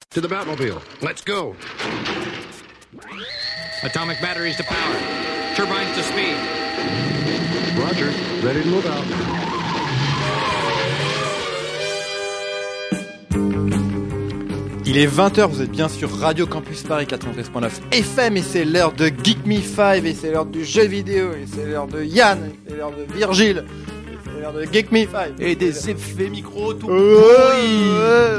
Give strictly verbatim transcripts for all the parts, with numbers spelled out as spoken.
To the Batmobile. Let's go. Atomic batteries to power. Turbines to speed. Roger. Ready to move out. Il est vingt heures, vous êtes bien sur Radio Campus Paris quatre-vingt-treize point neuf F M et c'est l'heure de Geek Me cinq et c'est l'heure du jeu vidéo et c'est l'heure de Yann et c'est l'heure de Virgile et c'est l'heure de Geek Me cinq. Et des effets micro tout pourris.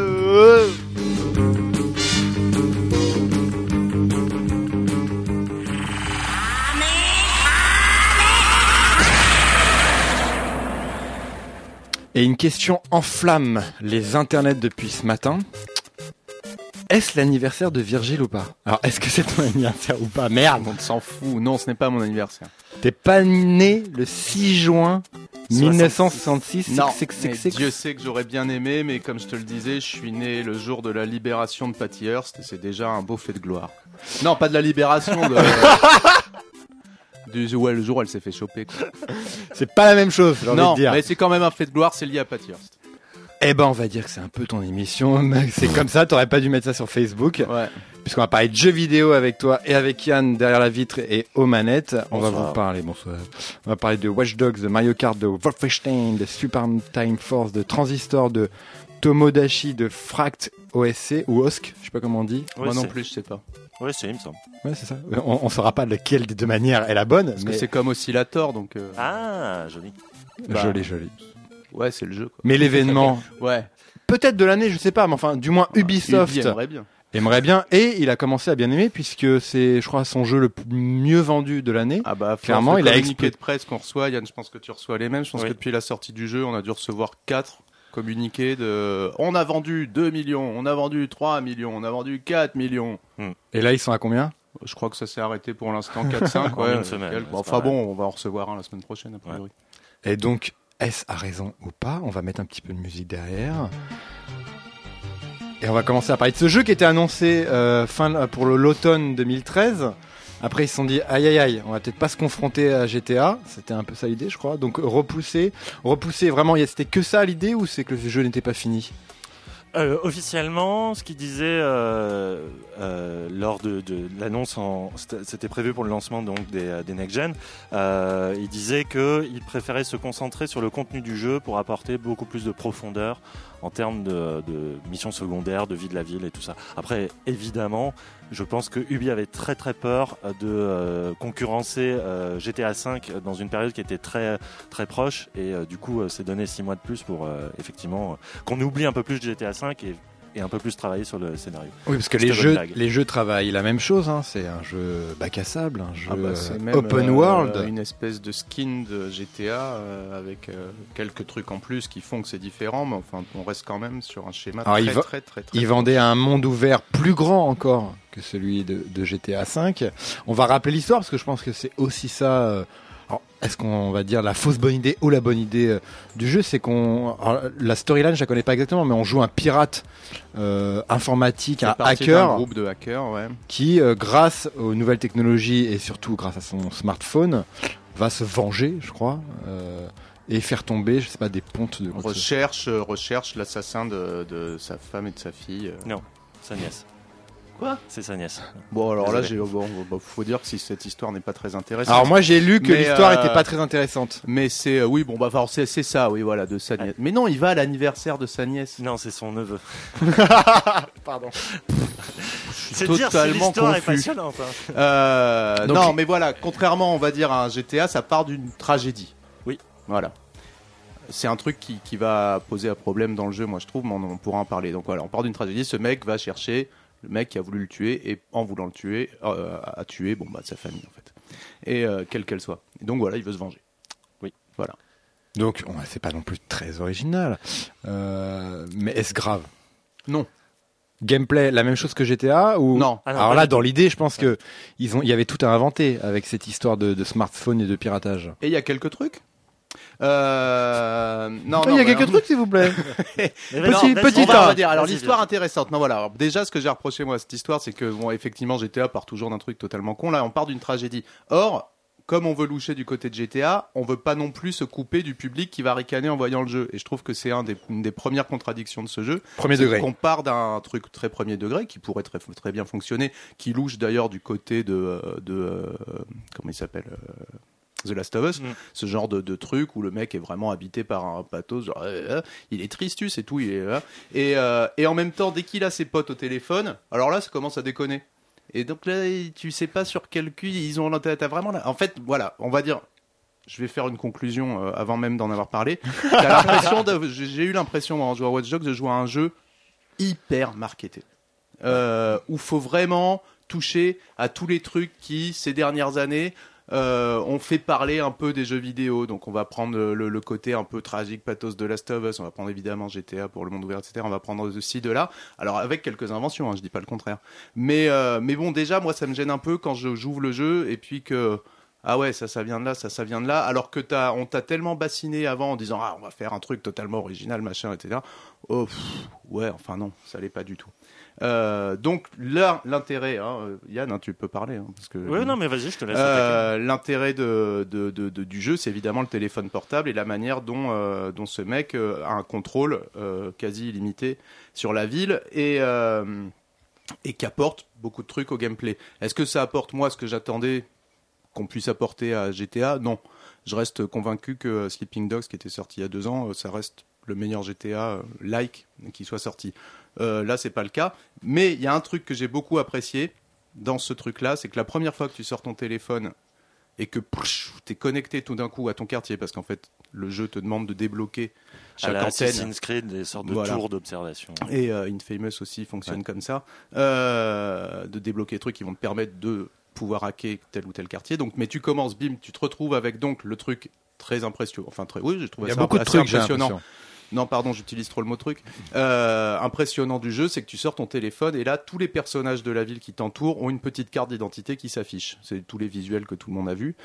Et une question enflamme les internets depuis ce matin. Est-ce l'anniversaire de Virgile ou pas? Alors, est-ce que c'est ton anniversaire ou pas? Merde, on s'en fout. Non, ce n'est pas mon anniversaire. T'es pas né le six juin mille neuf cent soixante-six? Non, mais Dieu sait que j'aurais bien aimé, mais comme je te le disais, je suis né le jour de la libération de Patty Hearst et c'est déjà un beau fait de gloire. Non, pas de la libération de... du... Ouais, le jour où elle s'est fait choper, quoi. C'est pas la même chose, j'ai envie non, de dire. Mais c'est quand même un fait de gloire, c'est lié à Patty Hearst. Eh ben, on va dire que c'est un peu ton émission. C'est comme ça, t'aurais pas dû mettre ça sur Facebook. Ouais. Puisqu'on va parler de jeux vidéo avec toi et avec Yann derrière la vitre et aux manettes. On bonsoir. va vous parler, bonsoir. On va parler de Watch Dogs, de Mario Kart, de Wolfenstein, de Super Time Force, de Transistor, de Tomodachi, de Fract O S C ou O S C, je sais pas comment on dit. Ouais, Moi non plus, je sais pas. Ouais, c'est, il me semble. Ouais, c'est ça. On, on saura pas laquelle des deux manières est la bonne. Parce mais... que c'est comme Oscillator, donc. Euh... Ah, joli. Bah, joli, joli. Ouais, c'est le jeu, quoi. Mais l'événement. Ouais. Peut-être de l'année, je sais pas, mais enfin, du moins Ubisoft Ubi aimerait bien. aimerait bien, et il a commencé à bien aimer puisque c'est, je crois, son jeu le mieux vendu de l'année. Ah bah, clairement, il a communiqué de presse qu'on reçoit. Yann, je pense que tu reçois les mêmes. Je pense oui. que depuis la sortie du jeu, on a dû recevoir quatre communiqués de. On a vendu deux millions, on a vendu trois millions, on a vendu quatre millions. Hmm. Et là, ils sont à combien? Je crois que ça s'est arrêté pour l'instant quatre cinq. Ouais, une semaine, ouais, bon, enfin bon, on va en recevoir un la semaine prochaine a priori. Ouais. Et donc, est-ce à raison ou pas? On va mettre un petit peu de musique derrière. Et on va commencer à parler de ce jeu qui était annoncé euh, fin, pour le, l'automne deux mille treize. Après, ils se sont dit, aïe aïe aïe, on va peut-être pas se confronter à G T A. C'était un peu ça l'idée, je crois. Donc, repousser. Repousser, vraiment, c'était que ça l'idée ou c'est que le jeu n'était pas fini? Euh, officiellement, ce qu'il disait euh, euh, lors de, de l'annonce, en, c'était, c'était prévu pour le lancement donc des, des Next Gen, euh, il disait qu'il préférait se concentrer sur le contenu du jeu pour apporter beaucoup plus de profondeur en termes de, de missions secondaires, de vie de la ville et tout ça. Après, évidemment, je pense que Ubi avait très très peur de euh, concurrencer euh, G T A cinq dans une période qui était très très proche et euh, du coup, euh, c'est donné six mois de plus pour euh, effectivement euh, qu'on oublie un peu plus G T A cinq et et un peu plus travailler sur le scénario. Oui, parce que les jeux, les jeux travaillent la même chose. Hein. C'est un jeu bac à sable, un jeu ah bah, c'est même, open euh, world. Une espèce de skin de G T A euh, avec euh, quelques trucs en plus qui font que c'est différent, mais enfin, on reste quand même sur un schéma Alors, très, il va, très, très, très, il très vendait un monde ouvert plus grand encore que celui de, de G T A cinq. On va rappeler l'histoire parce que je pense que c'est aussi ça... Euh, Alors, est-ce qu'on va dire la fausse bonne idée ou la bonne idée euh, du jeu? C'est qu'on, alors, la storyline, je la connais pas exactement, mais on joue un pirate euh, informatique, un hacker, un groupe de hackers, ouais, qui, euh, grâce aux nouvelles technologies et surtout grâce à son smartphone, va se venger, je crois, euh, et faire tomber, je sais pas, des pontes de recherche, euh, recherche l'assassin de, de sa femme et de sa fille. Euh. Non, sa nièce. Quoi? C'est sa nièce. Bon, alors Désolé. là, j'ai, bon, bon, faut dire que si cette histoire n'est pas très intéressante. Alors moi, j'ai lu que mais l'histoire euh, était pas très intéressante. Mais c'est, euh, oui, bon, bah, enfin, c'est, c'est ça, oui, voilà, de sa nièce. Ouais. Mais non, il va à l'anniversaire de sa nièce. Non, c'est son neveu. Pardon. C'est totalement dire si l'histoire confus. est passionnante. Hein. Euh, Donc, non, mais voilà, contrairement, on va dire, à un G T A, ça part d'une tragédie. Oui. Voilà. C'est un truc qui, qui va poser un problème dans le jeu, moi, je trouve, mais on, on pourra en parler. Donc voilà, on part d'une tragédie. Ce mec va chercher le mec qui a voulu le tuer et en voulant le tuer, euh, a tué, bon, bah, sa famille, en fait. Et euh, quelle qu'elle soit. Et donc voilà, il veut se venger. Oui. Voilà. Donc, on, c'est pas non plus très original. Euh, mais est-ce grave? Non. Gameplay, la même chose que G T A ou... Non. Ah non, Alors pas là, du dans tout. l'idée, je pense que ils ont, il y avait tout à inventer avec cette histoire de, de smartphone et de piratage. Et il y a quelques trucs euh... Non, il non, y a bah, quelques non. trucs, s'il vous plaît. Mais Petit- vas-y, petit On va, tas. on va dire. Alors Vas-y, l'histoire vas-y. intéressante. Non voilà. Alors, déjà, ce que j'ai reproché moi à cette histoire, c'est que bon, effectivement, G T A part toujours d'un truc totalement con. Là, on part d'une tragédie. Or, comme on veut loucher du côté de G T A, on veut pas non plus se couper du public qui va ricaner en voyant le jeu. Et je trouve que c'est un des, une des premières contradictions de ce jeu. Premier C'est degré. qu'on part d'un truc très premier degré qui pourrait très, très bien fonctionner, qui louche d'ailleurs du côté de, de euh, comment il s'appelle euh, The Last of Us, Mm. ce genre de, de truc où le mec est vraiment habité par un pathos, genre euh, euh, il est tristus et tout, il est là. Et, euh, et en même temps, dès qu'il a ses potes au téléphone, alors là, ça commence à déconner. Et donc là, tu sais pas sur quel cul ils ont. T'as, t'as vraiment là. En fait, voilà, on va dire. Je vais faire une conclusion euh, avant même d'en avoir parlé. T'as l'impression de, j'ai, j'ai eu l'impression en jouant à Watch Dogs de jouer à un jeu hyper marketé, euh, où faut vraiment toucher à tous les trucs qui ces dernières années. Euh, on fait parler un peu des jeux vidéo, donc on va prendre le, le côté un peu tragique, pathos de Last of Us, on va prendre évidemment G T A pour le monde ouvert, et cetera. On va prendre de ci, de là, alors avec quelques inventions, hein, je dis pas le contraire. Mais, euh, mais bon, déjà, moi, ça me gêne un peu quand je, j'ouvre le jeu et puis que, ah ouais, ça, ça vient de là, ça, ça vient de là, alors que t'as, on t'a tellement bassiné avant en disant, ah, on va faire un truc totalement original, machin, et cetera. Oh, pff, ouais, enfin non, ça l'est pas du tout. Euh, donc là, l'intérêt, hein, Yann, hein, tu peux parler, hein, parce que Oui, non, mais vas-y, je te laisse. euh, l'intérêt de, de, de, de, du jeu, c'est évidemment le téléphone portable et la manière dont, euh, dont ce mec euh, a un contrôle euh, quasi illimité sur la ville et, euh, et qui apporte beaucoup de trucs au gameplay. Est-ce que ça apporte, moi, ce que j'attendais qu'on puisse apporter à G T A ? Non. Je reste convaincu que Sleeping Dogs, qui était sorti il y a deux ans, ça reste le meilleur G T A euh, like qui soit sorti. Euh, là, c'est pas le cas. Mais il y a un truc que j'ai beaucoup apprécié dans ce truc-là, c'est que la première fois que tu sors ton téléphone et que tu es connecté tout d'un coup à ton quartier, parce qu'en fait, le jeu te demande de débloquer À chaque la antenne. Assassin's Creed, des sortes de Voilà. tours d'observation. Et euh, Infamous aussi fonctionne Ouais. comme ça, euh, de débloquer des trucs qui vont te permettre de pouvoir hacker tel ou tel quartier. Donc, mais tu commences, bim, tu te retrouves avec donc le truc très impressionnant. Enfin, très, oui, j'ai trouvé Il y a ça beaucoup de assez trucs, j'ai impressionnant. l'impression. Non, pardon, j'utilise trop le mot truc. Euh, impressionnant du jeu, c'est que tu sors ton téléphone et là, tous les personnages de la ville qui t'entourent ont une petite carte d'identité qui s'affiche. C'est tous les visuels que tout le monde a vus.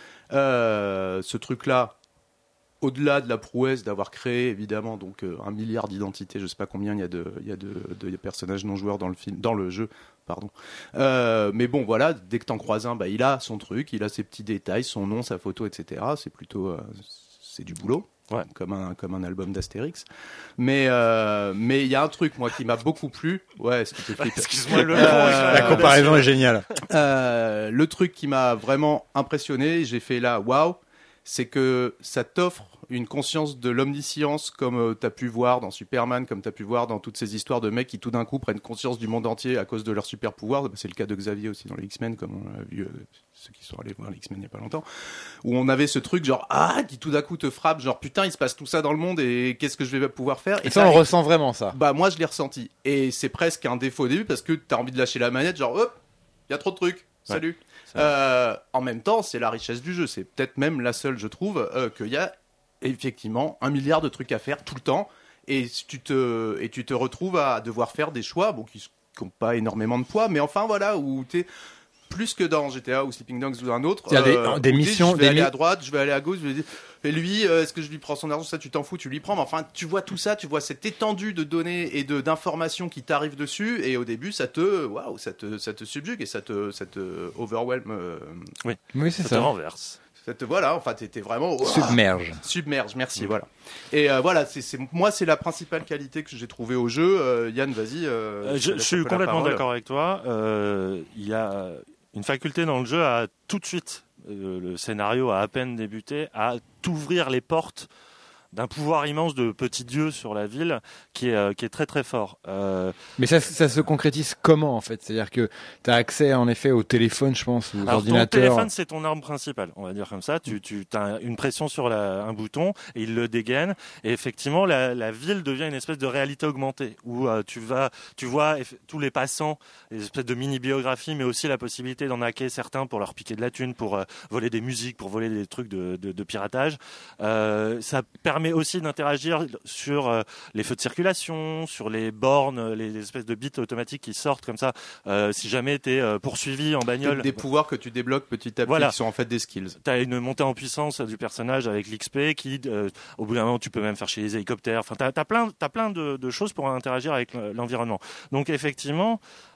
Euh, ce truc-là, au-delà de la prouesse d'avoir créé évidemment donc euh, un milliard d'identités, je sais pas combien il y a de, il y a de, de personnages non joueurs dans le film, dans le jeu, pardon. Euh, mais bon, voilà, dès que t'en croises un, bah il a son truc, il a ses petits détails, son nom, sa photo, et cetera. C'est plutôt, euh, c'est du boulot. Ouais. Comme un comme un album d'Astérix, mais euh, mais il y a un truc moi qui m'a beaucoup plu. Ouais, ce qui te flippe. Excuse-moi, le Euh, La comparaison est géniale. Euh, le truc qui m'a vraiment impressionné, j'ai fait là, waouh, c'est que ça t'offre une conscience de l'omniscience comme euh, t'as pu voir dans Superman, comme t'as pu voir dans toutes ces histoires de mecs qui tout d'un coup prennent conscience du monde entier à cause de leurs super pouvoirs. Bah, c'est le cas de Xavier aussi dans les X-Men, comme on l'a vu, euh, ceux qui sont allés voir les X-Men il y a pas longtemps, où on avait ce truc genre ah qui tout d'un coup te frappe, genre putain il se passe tout ça dans le monde et qu'est-ce que je vais pouvoir faire. Et ça, on t'arrives- ressent vraiment ça. Bah moi je l'ai ressenti et c'est presque un défaut au début parce que t'as envie de lâcher la manette, genre hop, il y a trop de trucs. Salut. ça. Euh, en même temps, c'est la richesse du jeu. C'est peut-être même la seule, je trouve, euh, qu'il y a effectivement un milliard de trucs à faire tout le temps. Et tu te, et tu te retrouves à devoir faire des choix bon, qui n'ont pas énormément de poids, mais enfin voilà, où tu es plus que dans G T A ou Sleeping Dogs ou un autre. Il y a des- euh, des où tu dis, missions, Je vais des aller mi- à droite, je vais aller à gauche. Je vais dire, et lui, euh, est-ce que je lui prends son argent? Ça, tu t'en fous, tu lui prends. Mais enfin, tu vois tout ça, tu vois cette étendue de données et de d'informations qui t'arrivent dessus. Et au début, ça te, waouh, ça te, ça te subjugue et ça te, ça te overwhelm. euh, Oui, c'est Ça te ça. renverse. ça te, voilà, enfin, t'étais vraiment ouah, Submerge. submerge. Merci, voilà. Et euh, voilà, c'est, c'est, moi, c'est la principale qualité que j'ai trouvée au jeu. Euh, Yann, vas-y. euh, Euh, te je, je laisse suis un peu la complètement parole. d'accord avec toi. Euh, Il y a une faculté dans le jeu à tout de suite, euh, le scénario a à peine débuté, à t'ouvrir les portes d'un pouvoir immense de petit dieu sur la ville qui est, euh, qui est très très fort. Euh, Mais ça, ça se concrétise comment en fait? C'est-à-dire que tu as accès en effet au téléphone, je pense, aux alors ton ordinateurs. téléphone c'est ton arme principale, on va dire comme ça. Tu, tu as une pression sur la, un bouton et il le dégaine. Et effectivement, la, la ville devient une espèce de réalité augmentée où euh, tu vas, tu vois eff- tous les passants, des espèces de mini biographies, mais aussi la possibilité d'en hacker certains pour leur piquer de la thune, pour euh, voler des musiques, pour voler des trucs de, de, de piratage. Euh, ça permet aussi d'interagir sur euh, les feux de circulation, sur les bornes, les, les espèces de bits automatiques qui sortent comme ça. Euh, si jamais tu es euh, poursuivi en bagnole, Des pouvoirs que tu débloques petit à petit, Voilà. qui sont en fait des skills. tu as une montée en puissance du personnage avec l'X P qui, euh, au bout d'un moment, tu peux même faire chez les hélicoptères. Enfin, tu as plein, t'as plein de, de choses pour interagir avec l'environnement. Donc, effectivement,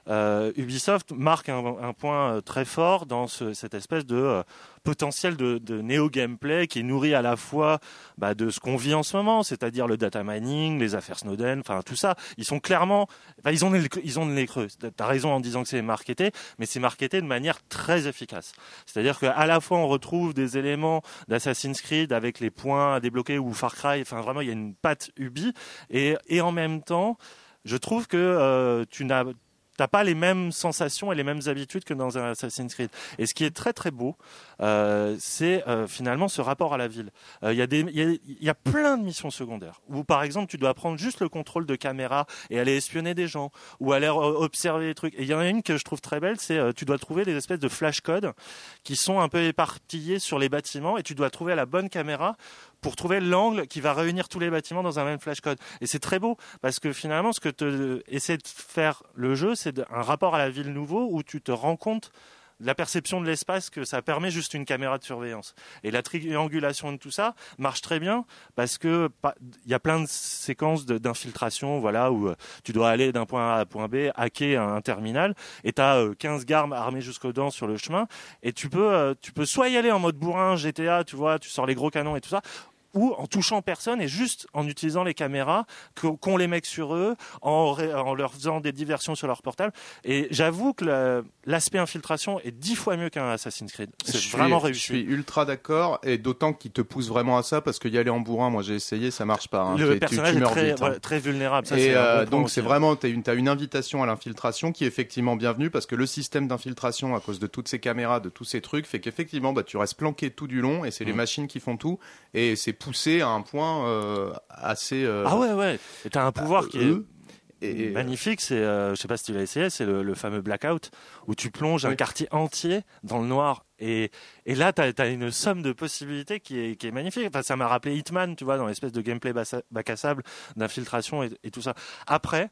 euh, Ubisoft marque un, un point euh, très fort dans ce, cette espèce de euh, potentiel de, de néo-gameplay qui est nourri à la fois bah, de ce qu'on vit en ce moment, c'est-à-dire le data mining, les affaires Snowden, enfin tout ça. Ils sont clairement, enfin, ils ont les, ils ont le nez creux. T'as raison en disant que c'est marketé, mais c'est marketé de manière très efficace. C'est-à-dire qu'à la fois on retrouve des éléments d'Assassin's Creed avec les points à débloquer ou Far Cry, enfin vraiment il y a une patte Ubi, et, et en même temps, je trouve que euh, tu n'as T'as pas les mêmes sensations et les mêmes habitudes que dans un Assassin's Creed. Et ce qui est très très beau, euh, c'est euh, finalement ce rapport à la ville. Il euh, y a des, il y a, il y a plein de missions secondaires où par exemple tu dois prendre juste le contrôle de caméra et aller espionner des gens ou aller observer des trucs. Et il y en a une que je trouve très belle, c'est euh, tu dois trouver des espèces de flashcodes qui sont un peu éparpillés sur les bâtiments et tu dois trouver la bonne caméra pour trouver l'angle qui va réunir tous les bâtiments dans un même flashcode. Et c'est très beau, parce que finalement, ce que te essaie de faire le jeu, c'est un rapport à la ville nouveau où tu te rends compte de la perception de l'espace que ça permet juste une caméra de surveillance. Et la triangulation de tout ça marche très bien, parce que il y a plein de séquences de, d'infiltration, voilà, où tu dois aller d'un point A à un point B, hacker un, un terminal, et tu as quinze gardes armés jusqu'aux dents sur le chemin, et tu peux, tu peux soit y aller en mode bourrin, G T A, tu vois, tu sors les gros canons et tout ça, ou en touchant personne et juste en utilisant les caméras qu'ont les mecs sur eux, en, ré, en leur faisant des diversions sur leur portable. Et j'avoue que la, l'aspect infiltration est dix fois mieux qu'un Assassin's Creed. C'est je vraiment suis, réussi. Je suis ultra d'accord, et d'autant qu'il te pousse vraiment à ça, parce qu'il y aller en bourrin, moi j'ai essayé, ça marche pas. Hein. Le tu, personnage tu, tu est très, vite, hein. ouais, très vulnérable. Ça, et c'est euh, un bon donc aussi, c'est hein. vraiment, tu as une, une invitation à l'infiltration qui est effectivement bienvenue, parce que le système d'infiltration, à cause de toutes ces caméras, de tous ces trucs, fait qu'effectivement bah, tu restes planqué tout du long, et c'est mmh. les machines qui font tout, et c'est poussé à un point Euh, assez euh, ah ouais ouais et t'as un pouvoir euh, qui est et, magnifique, c'est euh, je sais pas si tu l'as essayé, c'est le, le fameux blackout où tu plonges oui. un quartier entier dans le noir, et et là t'as t'as une somme de possibilités qui est qui est magnifique. Enfin ça m'a rappelé Hitman, tu vois, dans l'espèce de gameplay bac à sable d'infiltration et, et tout ça. Après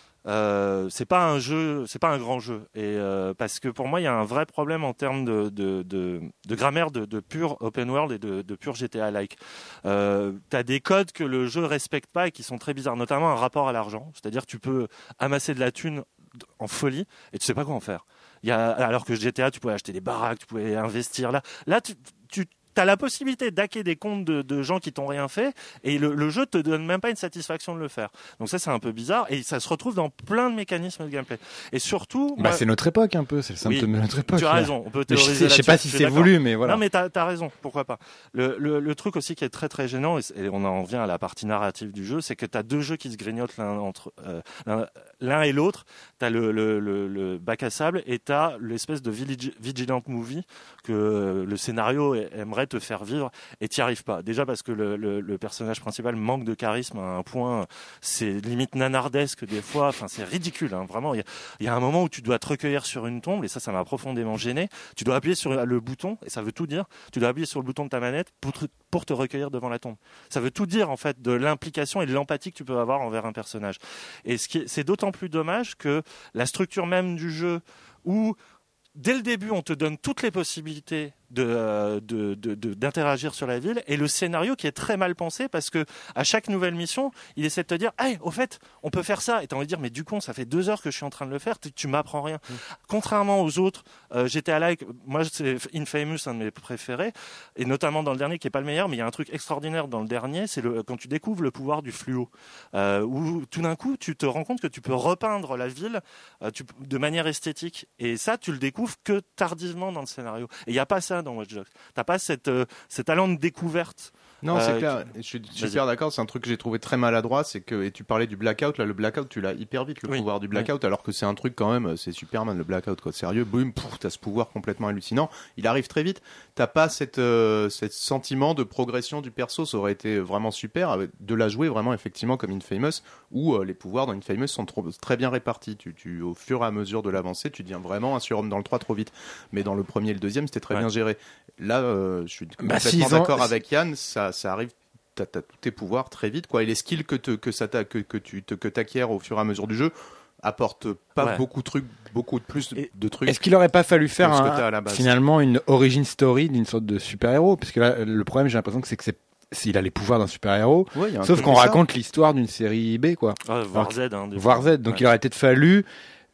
Euh, c'est pas un jeu, c'est pas un grand jeu, et euh, parce que pour moi il y a un vrai problème en termes de de de, de grammaire de, de pur open world et de, de pur G T A-like. Euh, t'as des codes que le jeu respecte pas et qui sont très bizarres, notamment un rapport à l'argent. C'est-à-dire que tu peux amasser de la thune en folie et tu sais pas quoi en faire. Il y a, alors que G T A tu pouvais acheter des baraques, tu pouvais investir là. Là tu tu T'as la possibilité d'hacker des comptes de, de gens qui t'ont rien fait, et le, le jeu te donne même pas une satisfaction de le faire. Donc ça c'est un peu bizarre, et ça se retrouve dans plein de mécanismes de gameplay. Et surtout, bah moi... c'est notre époque un peu, c'est le symptôme oui, de notre époque. Tu as là. raison, on peut théoriser. Je sais, je sais pas si c'est voulu, mais voilà. Non mais t'as, t'as raison, pourquoi pas. Le, le, le truc aussi qui est très très gênant, et on en vient à la partie narrative du jeu, c'est que t'as deux jeux qui se grignotent l'un entre euh, l'un, l'un et l'autre. T'as le, le, le, le bac à sable, et t'as l'espèce de vigilant movie que le scénario aimerait te faire vivre. Et t'y arrives pas. Déjà parce que le, le, le personnage principal manque de charisme à un point, c'est limite nanardesque des fois. Enfin, c'est ridicule, hein, vraiment. Il y, y a un moment où tu dois te recueillir sur une tombe, et ça, ça m'a profondément gêné. Tu dois appuyer sur le bouton, et ça veut tout dire. Tu dois appuyer sur le bouton de ta manette pour te, pour te recueillir devant la tombe. Ça veut tout dire, en fait, de l'implication et de l'empathie que tu peux avoir envers un personnage. Et ce qui est, c'est d'autant plus dommage que la structure même du jeu, où dès le début, on te donne toutes les possibilités de, de, de, de, d'interagir sur la ville, et le scénario qui est très mal pensé, parce que à chaque nouvelle mission, il essaie de te dire, hey, au fait, on peut faire ça, et t'as envie de dire, mais du coup, ça fait deux heures que je suis en train de le faire, tu, tu m'apprends rien. Mmh. Contrairement aux autres, euh, G T A-like, moi, c'est Infamous, un de mes préférés, et notamment dans le dernier, qui est pas le meilleur, mais il y a un truc extraordinaire dans le dernier, c'est le, quand tu découvres le pouvoir du fluo, euh, où tout d'un coup, tu te rends compte que tu peux repeindre la ville euh, tu, de manière esthétique, et ça, tu le découvres que tardivement dans le scénario. Et il n'y a pas ça dans Watch Dogs. T'as pas cette, euh, cet talent de découverte. Non, c'est euh, clair. qui... Je suis super d'accord. C'est un truc que j'ai trouvé très maladroit. C'est que, et tu parlais du blackout. Là, le blackout, tu l'as hyper vite, le oui. pouvoir du blackout, oui. alors que c'est un truc quand même, c'est Superman, le blackout, quoi. Sérieux, boum, pouf, t'as ce pouvoir complètement hallucinant. Il arrive très vite. T'as pas cette, euh, cette sentiment de progression du perso. Ça aurait été vraiment super de la jouer vraiment, effectivement, comme Infamous, où euh, les pouvoirs dans Infamous sont trop, très bien répartis. Tu, tu, au fur et à mesure de l'avancée, tu deviens vraiment un surhomme dans le trois trop vite. Mais dans le premier et le deuxième, c'était très ouais. bien géré. Là, euh, je suis complètement bah, si d'accord ont... avec Yann. Ça, ça arrive. T'as, t'as tous tes pouvoirs très vite, quoi. Et les skills que, te, que, ça t'a, que, que tu te, que t'acquiers au fur et à mesure du jeu apportent pas ouais. beaucoup de trucs, beaucoup de plus de, de trucs. Est-ce qu'il aurait pas fallu faire un, finalement une origin story d'une sorte de super-héros? Parce que là, le problème, j'ai l'impression que c'est que c'est s'il a les pouvoirs d'un super-héros, ouais, sauf qu'on raconte l'histoire d'une série B, quoi. Ah, voire Z, hein, voire Z. Donc ouais. il aurait peut-être fallu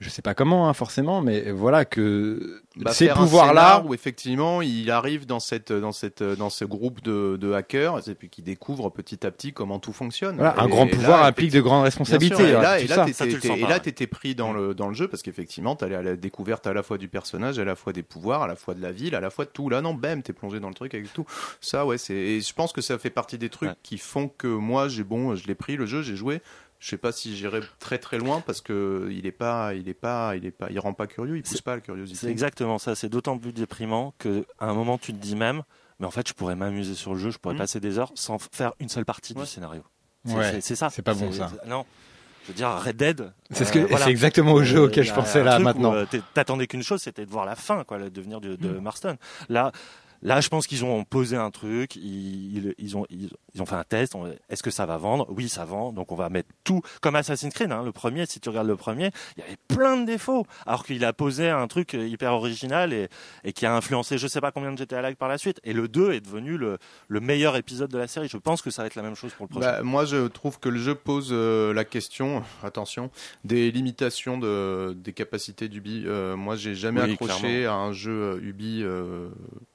je sais pas comment hein, forcément, mais voilà que Bah, ces faire un pouvoirs-là, scénar où effectivement il arrive dans cette dans cette dans ce groupe de, de hackers et puis qui découvre petit à petit comment tout fonctionne. voilà, un Et grand là, pouvoir implique de grandes Bien responsabilités. sûr, et voilà, là, tout et ça. là, t'étais, Ça, tu le sens et pas, là, ouais. t'étais pris dans le dans le jeu parce qu'effectivement, t'allais à la découverte à la fois du personnage, à la fois des pouvoirs, à la fois de la ville, à la fois de tout. Là, non, bam, t'es plongé dans le truc avec tout. Ça, ouais, c'est. Et je pense que ça fait partie des trucs Ouais. qui font que moi, j'ai bon, je l'ai pris le jeu, j'ai joué. Je sais pas si j'irai très très loin parce que il est pas, il est pas, il est pas, il rend pas curieux, il pousse C'est- pas à la curiosité. C'est exactement ça. C'est d'autant plus déprimant qu'à un moment, tu te dis même, mais en fait, je pourrais m'amuser sur le jeu, je pourrais Mm. passer des heures sans faire une seule partie Ouais. du scénario. C'est, Ouais, c'est, c'est ça. c'est pas bon, ça. c'est- Non. Je veux dire, Red Dead. C'est ce que, euh, voilà. c'est exactement au jeu Euh, auquel y je a pensais un là truc où, maintenant. euh, t'es- T'attendais qu'une chose, c'était de voir la fin, quoi, le devenir de, de Mm. Marston. Là, là, je pense qu'ils ont posé un truc, ils, ils, ils ont, ils, ils ont fait un test. on- Est-ce que ça va vendre? Oui, ça vend. Donc on va mettre tout comme Assassin's Creed. Hein, le premier, si tu regardes le premier, il y avait plein de défauts, alors qu'il a posé un truc hyper original et, et qui a influencé, je sais pas combien de G T A Live par la suite. Et le deux est devenu le, le meilleur épisode de la série. Je pense que ça va être la même chose pour le prochain. Bah, moi, je trouve que le jeu pose euh, la question, attention, des limitations de, des capacités d'Ubi. Euh, moi, j'ai jamais Oui, accroché à un jeu euh, Ubi, euh,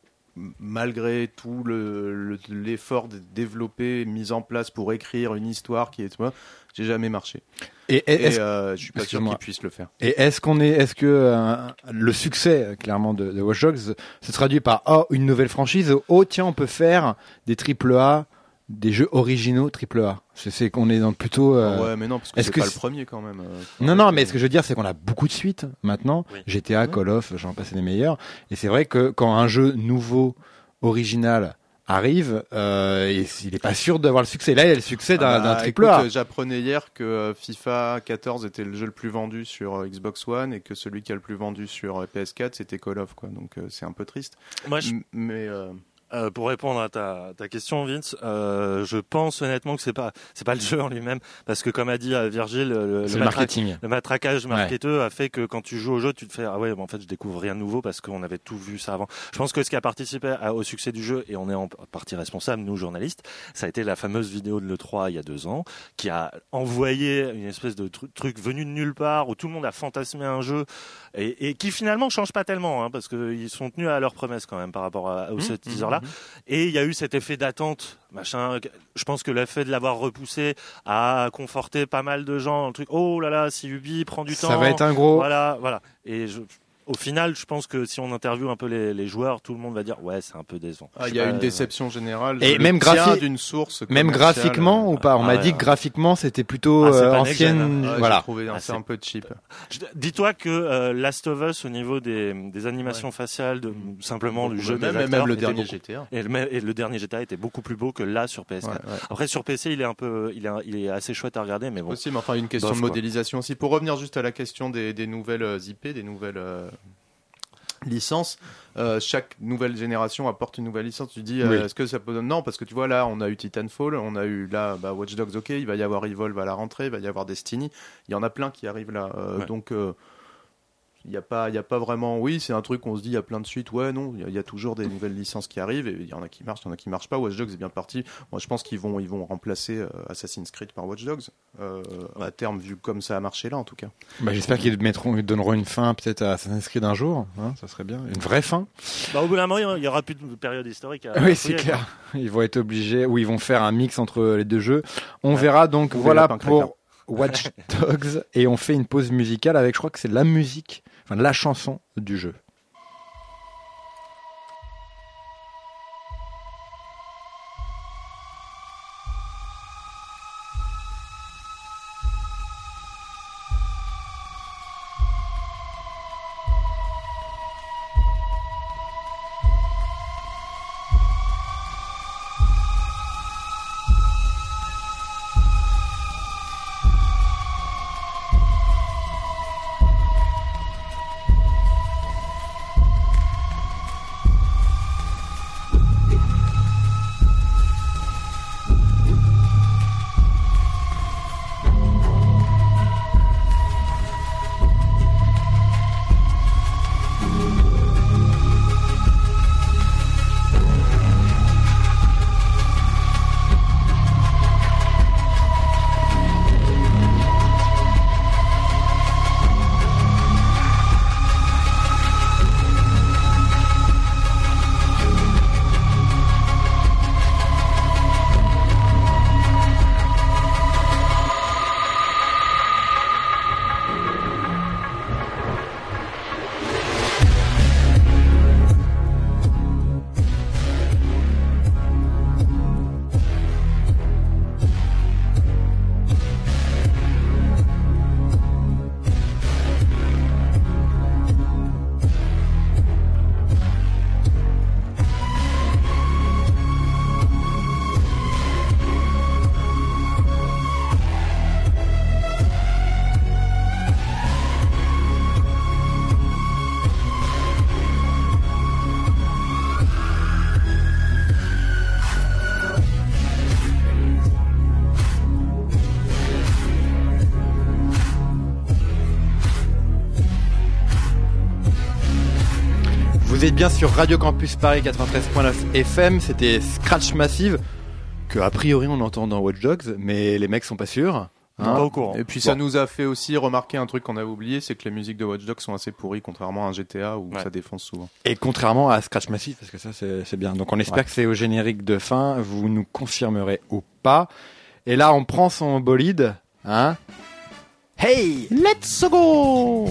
m- malgré tout le, le- l'effort de développer, mis en place pour écrire une histoire qui est, moi, j'ai jamais marché. Et, et- Et est-ce, euh, je suis pas sûr excuse-moi. qu'ils puissent le faire. et est-ce qu'on est, est-ce que euh, le succès euh, clairement de, de Watch Dogs se traduit par oh une nouvelle franchise, oh tiens on peut faire des triple A, des jeux originaux triple A. C'est, c'est qu'on est dans plutôt. euh, Ouais, mais non, parce que est-ce c'est que pas c'est- le premier quand même. euh, Non, non, mais ce que je veux dire, c'est qu'on a beaucoup de suites maintenant. Oui. G T A, Call of, j'en passe les meilleurs. Et c'est vrai que quand un jeu nouveau, original, arrive, euh, et il n'est pas sûr d'avoir le succès. Là, il y a le succès d'un, Ah bah, d'un triple écoute, A. euh, J'apprenais hier que euh, FIFA quatorze était le jeu le plus vendu sur euh, Xbox One et que celui qui a le plus vendu sur euh, P S quatre c'était Call of, quoi. Donc euh, c'est un peu triste. Moi, je, M- Mais euh, Euh, pour répondre à ta, ta question, Vince, euh, je pense honnêtement que c'est pas c'est pas le jeu en lui-même, parce que comme a dit euh, Virgile, le, C'est le le matraque- marketing. le matraquage Ouais. marketeux a fait que quand tu joues au jeu, tu te fais ah ouais, bon, en fait je découvre rien de nouveau parce qu'on avait tout vu ça avant. Je pense que ce qui a participé à- au succès du jeu, et on est en partie responsable nous journalistes, ça a été la fameuse vidéo de l'E trois il y a deux ans qui a envoyé une espèce de tru- truc venu de nulle part où tout le monde a fantasmé un jeu et, et qui finalement change pas tellement hein, parce qu'ils sont tenus à leurs promesses quand même par rapport à, au Mmh, ce mmh, teaser-là. mmh. Et il y a eu cet effet d'attente, machin. Je pense que l'effet de l'avoir repoussé a conforté pas mal de gens dans le truc. Oh là là, si Ubi prend du temps. Ça va être un gros. Voilà, voilà. Et je, au final, je pense que si on interviewe un peu les, les joueurs, tout le monde va dire ouais, c'est un peu décevant. ah, Je il sais y a pas, une euh, déception générale. Et Je le même tiens graphi- d'une source. Même commerciale, graphiquement euh, ou pas? On ah m'a ouais, dit que ouais. graphiquement c'était plutôt Ah, c'est euh, pas next gen, ancienne. ah, j'ai Voilà. trouvé un, Ah, c'est c'est- un peu cheap. je- Dis-toi que euh, Last of Us, au niveau des, des animations faciales, de simplement le jeu même, des même acteurs, le était dernier beaucoup- G T A. Et le, et le dernier G T A était beaucoup plus beau que là sur P S quatre. Ouais, ouais. Après sur P C, il est un peu, il est, il est assez chouette à regarder, mais bon. Aussi, mais enfin, une question Bof, de quoi. modélisation aussi. Pour revenir juste à la question des, des nouvelles euh, I P, des nouvelles euh, licences, euh, chaque nouvelle génération apporte une nouvelle licence. Tu dis, euh, Oui. est-ce que ça peut. Non, parce que tu vois, là, on a eu Titanfall, on a eu là bah, Watch Dogs, ok, il va y avoir Evolve à la rentrée, il va y avoir Destiny. Il y en a plein qui arrivent là. Euh, Ouais. Donc. euh, il n'y a, pas- il y a pas vraiment. Oui, c'est un truc qu'on se dit, il y a plein de suites. Ouais, non, il y a- il y, a toujours des nouvelles licences qui arrivent et il y en a qui marchent, il y en a qui marchent pas. Watch Dogs est bien parti. Moi, je pense qu'ils vont, ils vont remplacer euh, Assassin's Creed par Watch Dogs euh, à terme, vu comme ça a marché là en tout cas. Bah, j'espère qu'ils mettront, ils donneront une fin peut-être à Assassin's Creed un jour. Hein, ça serait bien. Une vraie fin. Bah, au bout d'un moment, il y aura plus de période historique. À Oui, c'est fouiller, clair. Ils vont être obligés, ou ils vont faire un mix entre les deux jeux. On Ouais. verra donc, Ou les voilà lapins pour Watch Dogs. Et on fait une pause musicale avec, je crois que c'est la musique, enfin la chanson du jeu. Vous êtes bien sur Radio Campus Paris quatre-vingt-treize point neuf F M, c'était Scratch Massive, que a priori on entend dans Watch Dogs, mais les mecs sont pas sûrs. Hein, pas au courant. Et puis bon. Ça nous a fait aussi remarquer un truc qu'on avait oublié, c'est que les musiques de Watch Dogs sont assez pourries, contrairement à un G T A où ouais. ça défonce souvent. Et contrairement à Scratch Massive, parce que ça c'est, c'est bien. Donc on espère ouais. que c'est au générique de fin, vous nous confirmerez ou pas. Et là on prend son bolide, hein. Hey, let's go!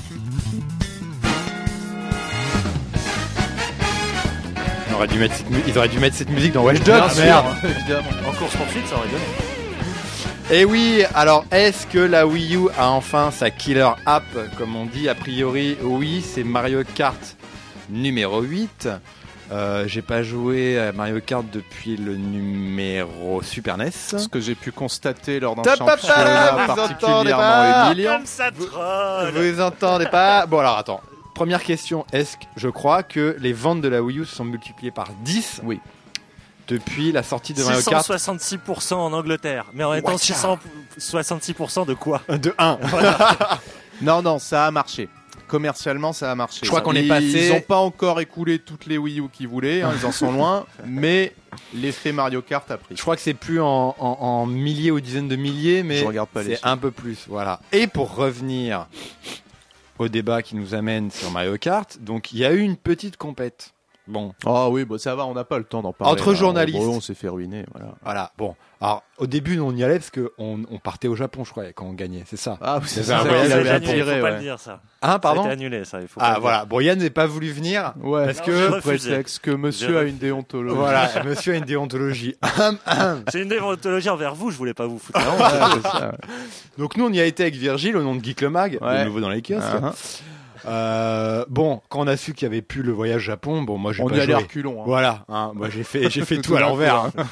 On aurait dû mettre cette mu- Ils auraient dû mettre cette musique dans Watch Dogs, ah, merde. Évidemment. En course poursuite, ça aurait donné. Et oui, alors est-ce que la Wii U a enfin sa killer app, comme on dit? A priori, oui, c'est Mario Kart numéro huit. Euh, j'ai pas joué à Mario Kart depuis le numéro Super N E S. Ce que j'ai pu constater lors d'un Top championnat papa, particulièrement humiliant. Comme ça troll. Vous entendez pas? Bon alors attends. Première question, est-ce que je crois que les ventes de la Wii U se sont multipliées par dix? Oui. Depuis la sortie de Mario Kart. six cent soixante-six pour cent en Angleterre. Mais en même temps, six cent soixante-six pour cent de quoi? De un. Non, non, ça a marché. Commercialement, ça a marché. Je crois qu'on ils, est passé. Ils n'ont pas encore écoulé toutes les Wii U qu'ils voulaient, hein, ils en sont loin. Mais l'effet Mario Kart a pris. Je crois que c'est plus en, en, en milliers ou dizaines de milliers, mais Je regarde pas les c'est un peu plus. Voilà. Et pour revenir au débat qui nous amène sur Mario Kart, donc il y a eu une petite compète. Bon. Ah oui, bah ça va, on n'a pas le temps d'en parler. Entre là. journalistes. Bon, on s'est fait ruiner, voilà. Voilà. Bon. Alors, au début, nous, on y allait parce qu'on on partait au Japon, je crois, quand on gagnait. C'est ça. Ah oui, c'est ça. ça. voyage Ça a été à annulé, attiré, il faut pas ouais. le dire ça. Hein, pardon? Ça a été annulé, ça. Il faut Ah, pas le voilà. dire. Bon, Yann n'est pas voulu venir. Ouais. Parce Non, que. je Sous refusais. prétexte que monsieur J'ai a refusé. une déontologie. Voilà. Monsieur a une déontologie. C'est une déontologie envers vous, je voulais pas vous foutre la honte. Ouais, c'est ça, ouais. Donc, nous, on y a été avec Virgile au nom de Geek le Mag, Ouais. de nouveau dans les kiosques. Uh-huh. Euh, bon, quand on a su qu'il y avait plus le voyage Japon, bon, moi, j'ai On pas y allait joué. reculons. Hein. Voilà. Hein, moi, j'ai fait, j'ai fait tout Tout à d'un l'envers. coup,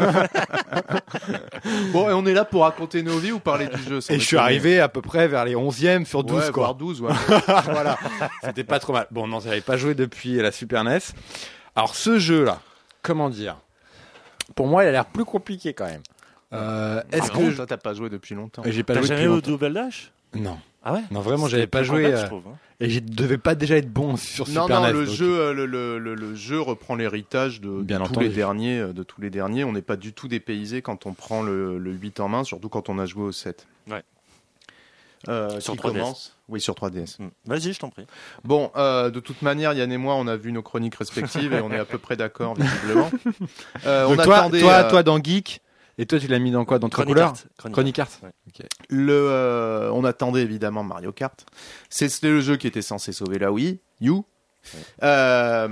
Bon, et on est là pour raconter nos vies ou parler du jeu sans Et je suis déconner. arrivé à peu près vers les onzièmes sur douze, Ouais, quoi. voire douze, ouais. Voilà, c'était pas trop mal. Bon, non, j'avais pas joué depuis la Super N E S. Alors, ce jeu-là, comment dire? Pour moi, il a l'air plus compliqué quand même. Euh, est-ce Ah que bon, je... toi, t'as pas joué depuis longtemps. j'ai pas T'as joué jamais depuis eu au longtemps. Double Dash? Non, Ah ouais? non, vraiment, C'était j'avais pas plus joué. complexe, euh, je trouve, hein. Et je devais pas déjà être bon sur Non, Super non, N E S. le donc- jeu, euh, le, le, le, le jeu reprend l'héritage de, Bien de tous entendu. les derniers, euh, de tous les derniers. On n'est pas du tout dépaysé quand on prend le, le huit en main, surtout quand on a joué au sept. Ouais. Euh, Sur qui trois D S. commence Oui, sur trois D S. Hmm. Vas-y, je t'en prie. Bon, euh, de toute manière, Yann et moi, on a vu nos chroniques respectives et on est à peu près d'accord, visiblement. Euh, Donc on toi, attendait, toi, euh, toi, dans Geek, et toi, tu l'as mis dans quoi? Dans trois Chronic couleurs? Art. Chronic Chronic Art. Ouais. Ok. le, euh, on attendait évidemment Mario Kart. C'est- C'était le jeu qui était censé sauver la Wii U. Euh,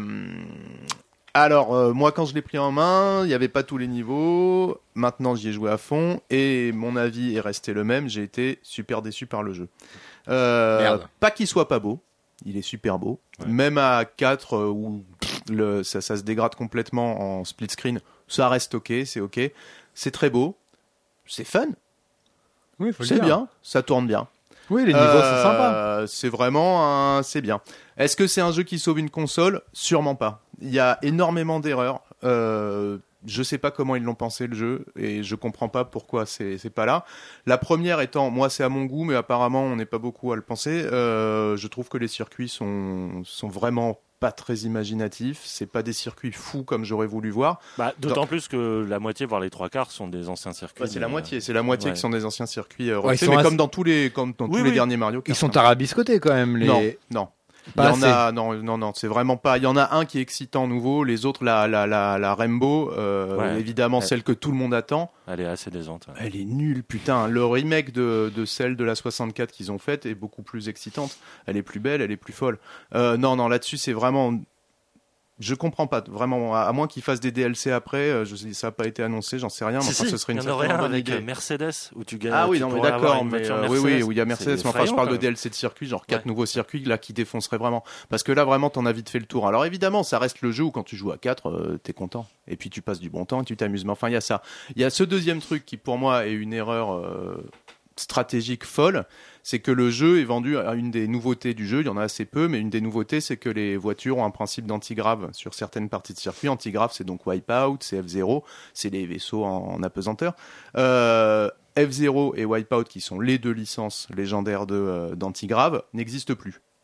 alors, euh, moi, quand je l'ai pris en main, il n'y avait pas tous les niveaux. Maintenant, j'y ai joué à fond et mon avis est resté le même. J'ai été super déçu par le jeu. Euh, Merde. Pas qu'il soit pas beau. Il est super beau. Ouais. Même à quatre, euh, où pff, le, ça, ça se dégrade complètement en split screen, ça reste ok, c'est ok. C'est très beau. C'est fun. Oui, faut le C'est dire. bien. Ça tourne bien. Oui, les niveaux sont Euh, sympas. C'est vraiment un... c'est bien. Est-ce que c'est un jeu qui sauve une console? Sûrement pas. Il y a énormément d'erreurs. Euh, je sais pas comment ils l'ont pensé le jeu et je comprends pas pourquoi c'est c'est pas là. La première étant, moi c'est à mon goût, mais apparemment on n'est pas beaucoup à le penser. Euh, je trouve que les circuits sont sont vraiment pas très imaginatifs. C'est pas des circuits fous comme j'aurais voulu voir. Bah, d'autant plus que la moitié, voire les trois quarts, sont des anciens circuits. Ouais, c'est la mais, moitié, c'est la moitié ouais. qui sont des anciens circuits euh, Ouais, ils refaits, sont mais assez- comme dans tous les comme dans Oui, tous les oui. derniers Mario Kart. Ils sont hein. tarabiscotés quand même. Les... Non, non. Il y Pas en assez. a, non, non, non, c'est vraiment pas. Il y en a un qui est excitant nouveau, les autres, la, la, la, la Rainbow, euh, Ouais. évidemment Ouais. celle que tout le monde attend. Elle est assez décente. ouais. Elle est nulle, putain. Le remake de, de celle de la soixante-quatre qu'ils ont faite est beaucoup plus excitante. Elle est plus belle, elle est plus folle. Euh, non, non, là-dessus, c'est vraiment. Je comprends pas, vraiment. À, à moins qu'ils fassent des D L C après, euh, je sais, ça n'a pas été annoncé, j'en sais rien. Mais Si, enfin, si, ce serait il une y en aurait certaine un bonne avec idée. euh, Mercedes où tu gagnes. Ah oui, tu non, mais pourrais avoir d'accord, une mais voiture euh, oui, Mercedes. oui, où il y a Mercedes, C'est mais enfin, je effrayant, parle de quand D même. L C de circuit, genre quatre Ouais. nouveaux circuits, là, qui défonceraient vraiment. Parce que là, vraiment, t'en as vite fait le tour. Alors évidemment, ça reste le jeu où quand tu joues à quatre, euh, t'es content. Et puis tu passes du bon temps et tu t'amuses. Mais enfin, il y a ça. Il y a ce deuxième truc qui, pour moi, est une erreur euh, stratégique folle. C'est que le jeu est vendu à une des nouveautés du jeu. Il y en a assez peu, mais une des nouveautés, c'est que les voitures ont un principe d'antigrave sur certaines parties de circuit. Antigrave, c'est donc Wipeout, c'est F zéro, c'est les vaisseaux en, en apesanteur. Euh, F zéro et Wipeout, qui sont les deux licences légendaires de, euh, d'antigrave, n'existent plus.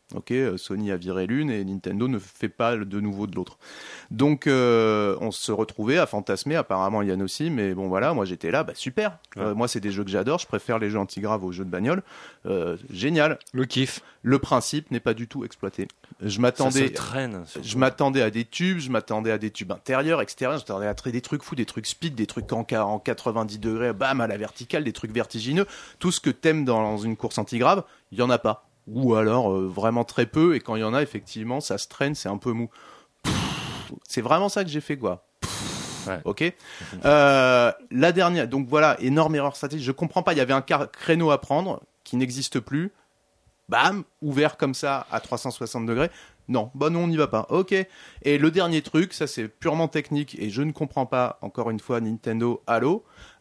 Ok, euh, Sony a viré l'une et Nintendo ne fait pas de nouveau de l'autre. Donc euh, on se retrouvait à fantasmer, apparemment Yann aussi, mais bon voilà, moi j'étais là, bah super. Ouais. Euh, moi c'est des jeux que j'adore, je préfère les jeux anti-graves aux jeux de bagnole. Euh, génial. Le kiff. Le principe n'est pas du tout exploité. Je Ça se m'attendais, traîne. surtout. je m'attendais à des tubes, je m'attendais à des tubes intérieurs, extérieurs, je m'attendais à tra- des trucs fous, des trucs speed, des trucs en, ca- en quatre-vingt-dix degrés, bam, à la verticale, des trucs vertigineux. Tout ce que t'aimes dans une course anti-grave, il y en a pas. Ou alors euh, vraiment très peu, et quand il y en a, effectivement, ça se traîne, c'est un peu mou. Pff, c'est vraiment ça que j'ai fait, quoi. Pff, Ouais. Ok. Euh, la dernière, donc voilà, énorme erreur stratégique. Je comprends pas, il y avait un car- créneau à prendre qui n'existe plus. Bam, ouvert comme ça à trois cent soixante degrés. Non, bah non, on n'y va pas. Ok. Et le dernier truc, ça c'est purement technique et je ne comprends pas, encore une fois, Nintendo, allô.